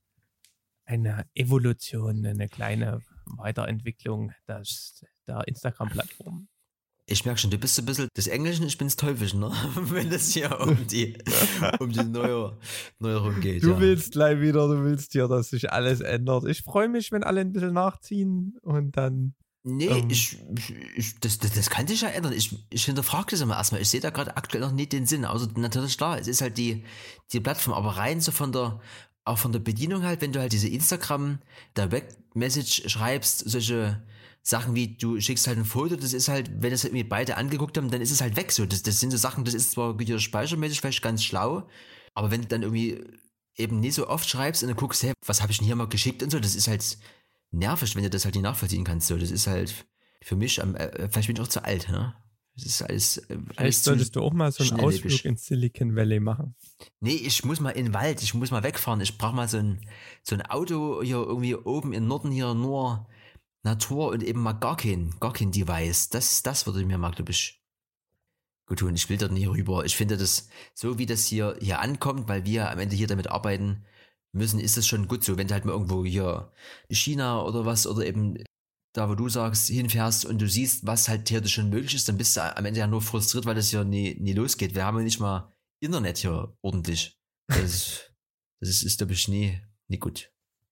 eine Evolution, eine kleine Weiterentwicklung des, der Instagram-Plattform. Ich merke schon, du bist so ein bisschen des Englischen, ich bin's Teuflischen, ne? Wenn das hier um die, um die Neuer, Neuerung geht. Du ja. willst gleich wieder, du willst hier, dass sich alles ändert. Ich freue mich, wenn alle ein bisschen nachziehen und dann. Nee, Ähm. ich, ich, ich das, das, das kann sich ja ändern. Ich, ich hinterfrage das immer erstmal. Ich sehe da gerade aktuell noch nicht den Sinn. Also natürlich klar, es ist halt die, die Plattform, aber rein so von der, auch von der Bedienung halt, wenn du halt diese Instagram Direct Message schreibst, solche Sachen wie, du schickst halt ein Foto, das ist halt, wenn das irgendwie beide angeguckt haben, dann ist es halt weg so. Das, das sind so Sachen, das ist zwar wieder speichermäßig vielleicht ganz schlau, aber wenn du dann irgendwie eben nie so oft schreibst und dann guckst, hey, was habe ich denn hier mal geschickt und so, das ist halt nervig, wenn du das halt nicht nachvollziehen kannst. So, das ist halt für mich, äh, vielleicht bin ich auch zu alt, ne? Das ist alles. Äh, alles Vielleicht solltest du auch mal so einen schnelllebig. Ausflug ins Silicon Valley machen. Nee, ich muss mal in den Wald, ich muss mal wegfahren. Ich brauche mal so ein, so ein Auto hier irgendwie oben im Norden hier nur Natur und eben mal gar kein, gar kein Device. Das, das würde mir mal, glaube ich, gut tun. Ich will dort nicht rüber. Ich finde das, so wie das hier, hier ankommt, weil wir am Ende hier damit arbeiten müssen, ist es schon gut so. Wenn du halt mal irgendwo hier China oder was oder eben da, wo du sagst, hinfährst und du siehst, was halt theoretisch schon möglich ist, dann bist du am Ende ja nur frustriert, weil das hier nie, nie losgeht. Wir haben ja nicht mal Internet hier ordentlich. Das, das ist, ist glaube ich, nie, nie gut.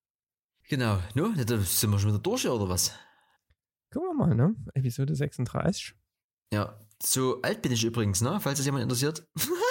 Genau, no, da sind wir schon wieder durch, oder was? Gucken wir mal, ne? Episode sechsunddreißig. Ja, so alt bin ich übrigens, ne? Falls das jemand interessiert.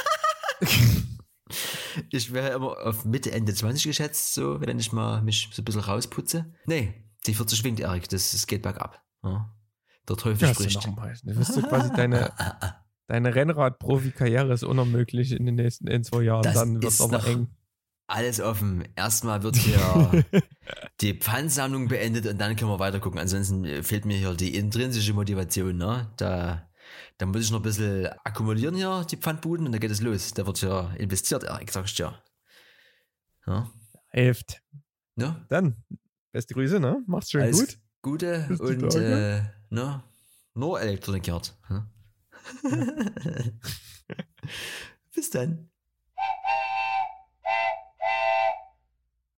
Ich wäre immer auf Mitte, Ende zwanzig geschätzt, so, wenn ich mal mich so ein bisschen rausputze. Nee, die vierzig schwingt, Erik, das, das geht bergab. Ja. Der Teufel Ja, spricht. hast du noch ein paar. Du wirst du quasi deine, deine Rennrad-Profi-Karriere ist unermöglich in den nächsten in zwei Jahren. Das Dann wird es ist aber noch eng. Alles offen. Erstmal wird hier die Pfandsammlung beendet und dann können wir weiter gucken. Ansonsten fehlt mir hier die intrinsische Motivation, ne? Da, da muss ich noch ein bisschen akkumulieren hier, die Pfandbuden, und dann geht es los. Da wird ja investiert, Erik, sag ich dir. Ja. Hilft. Ne? Dann, beste Grüße, ne? Macht's schön Alles gut. Gute Bis die und Tage. äh, ne? Nur elektronikiert. Ne? Bis dann.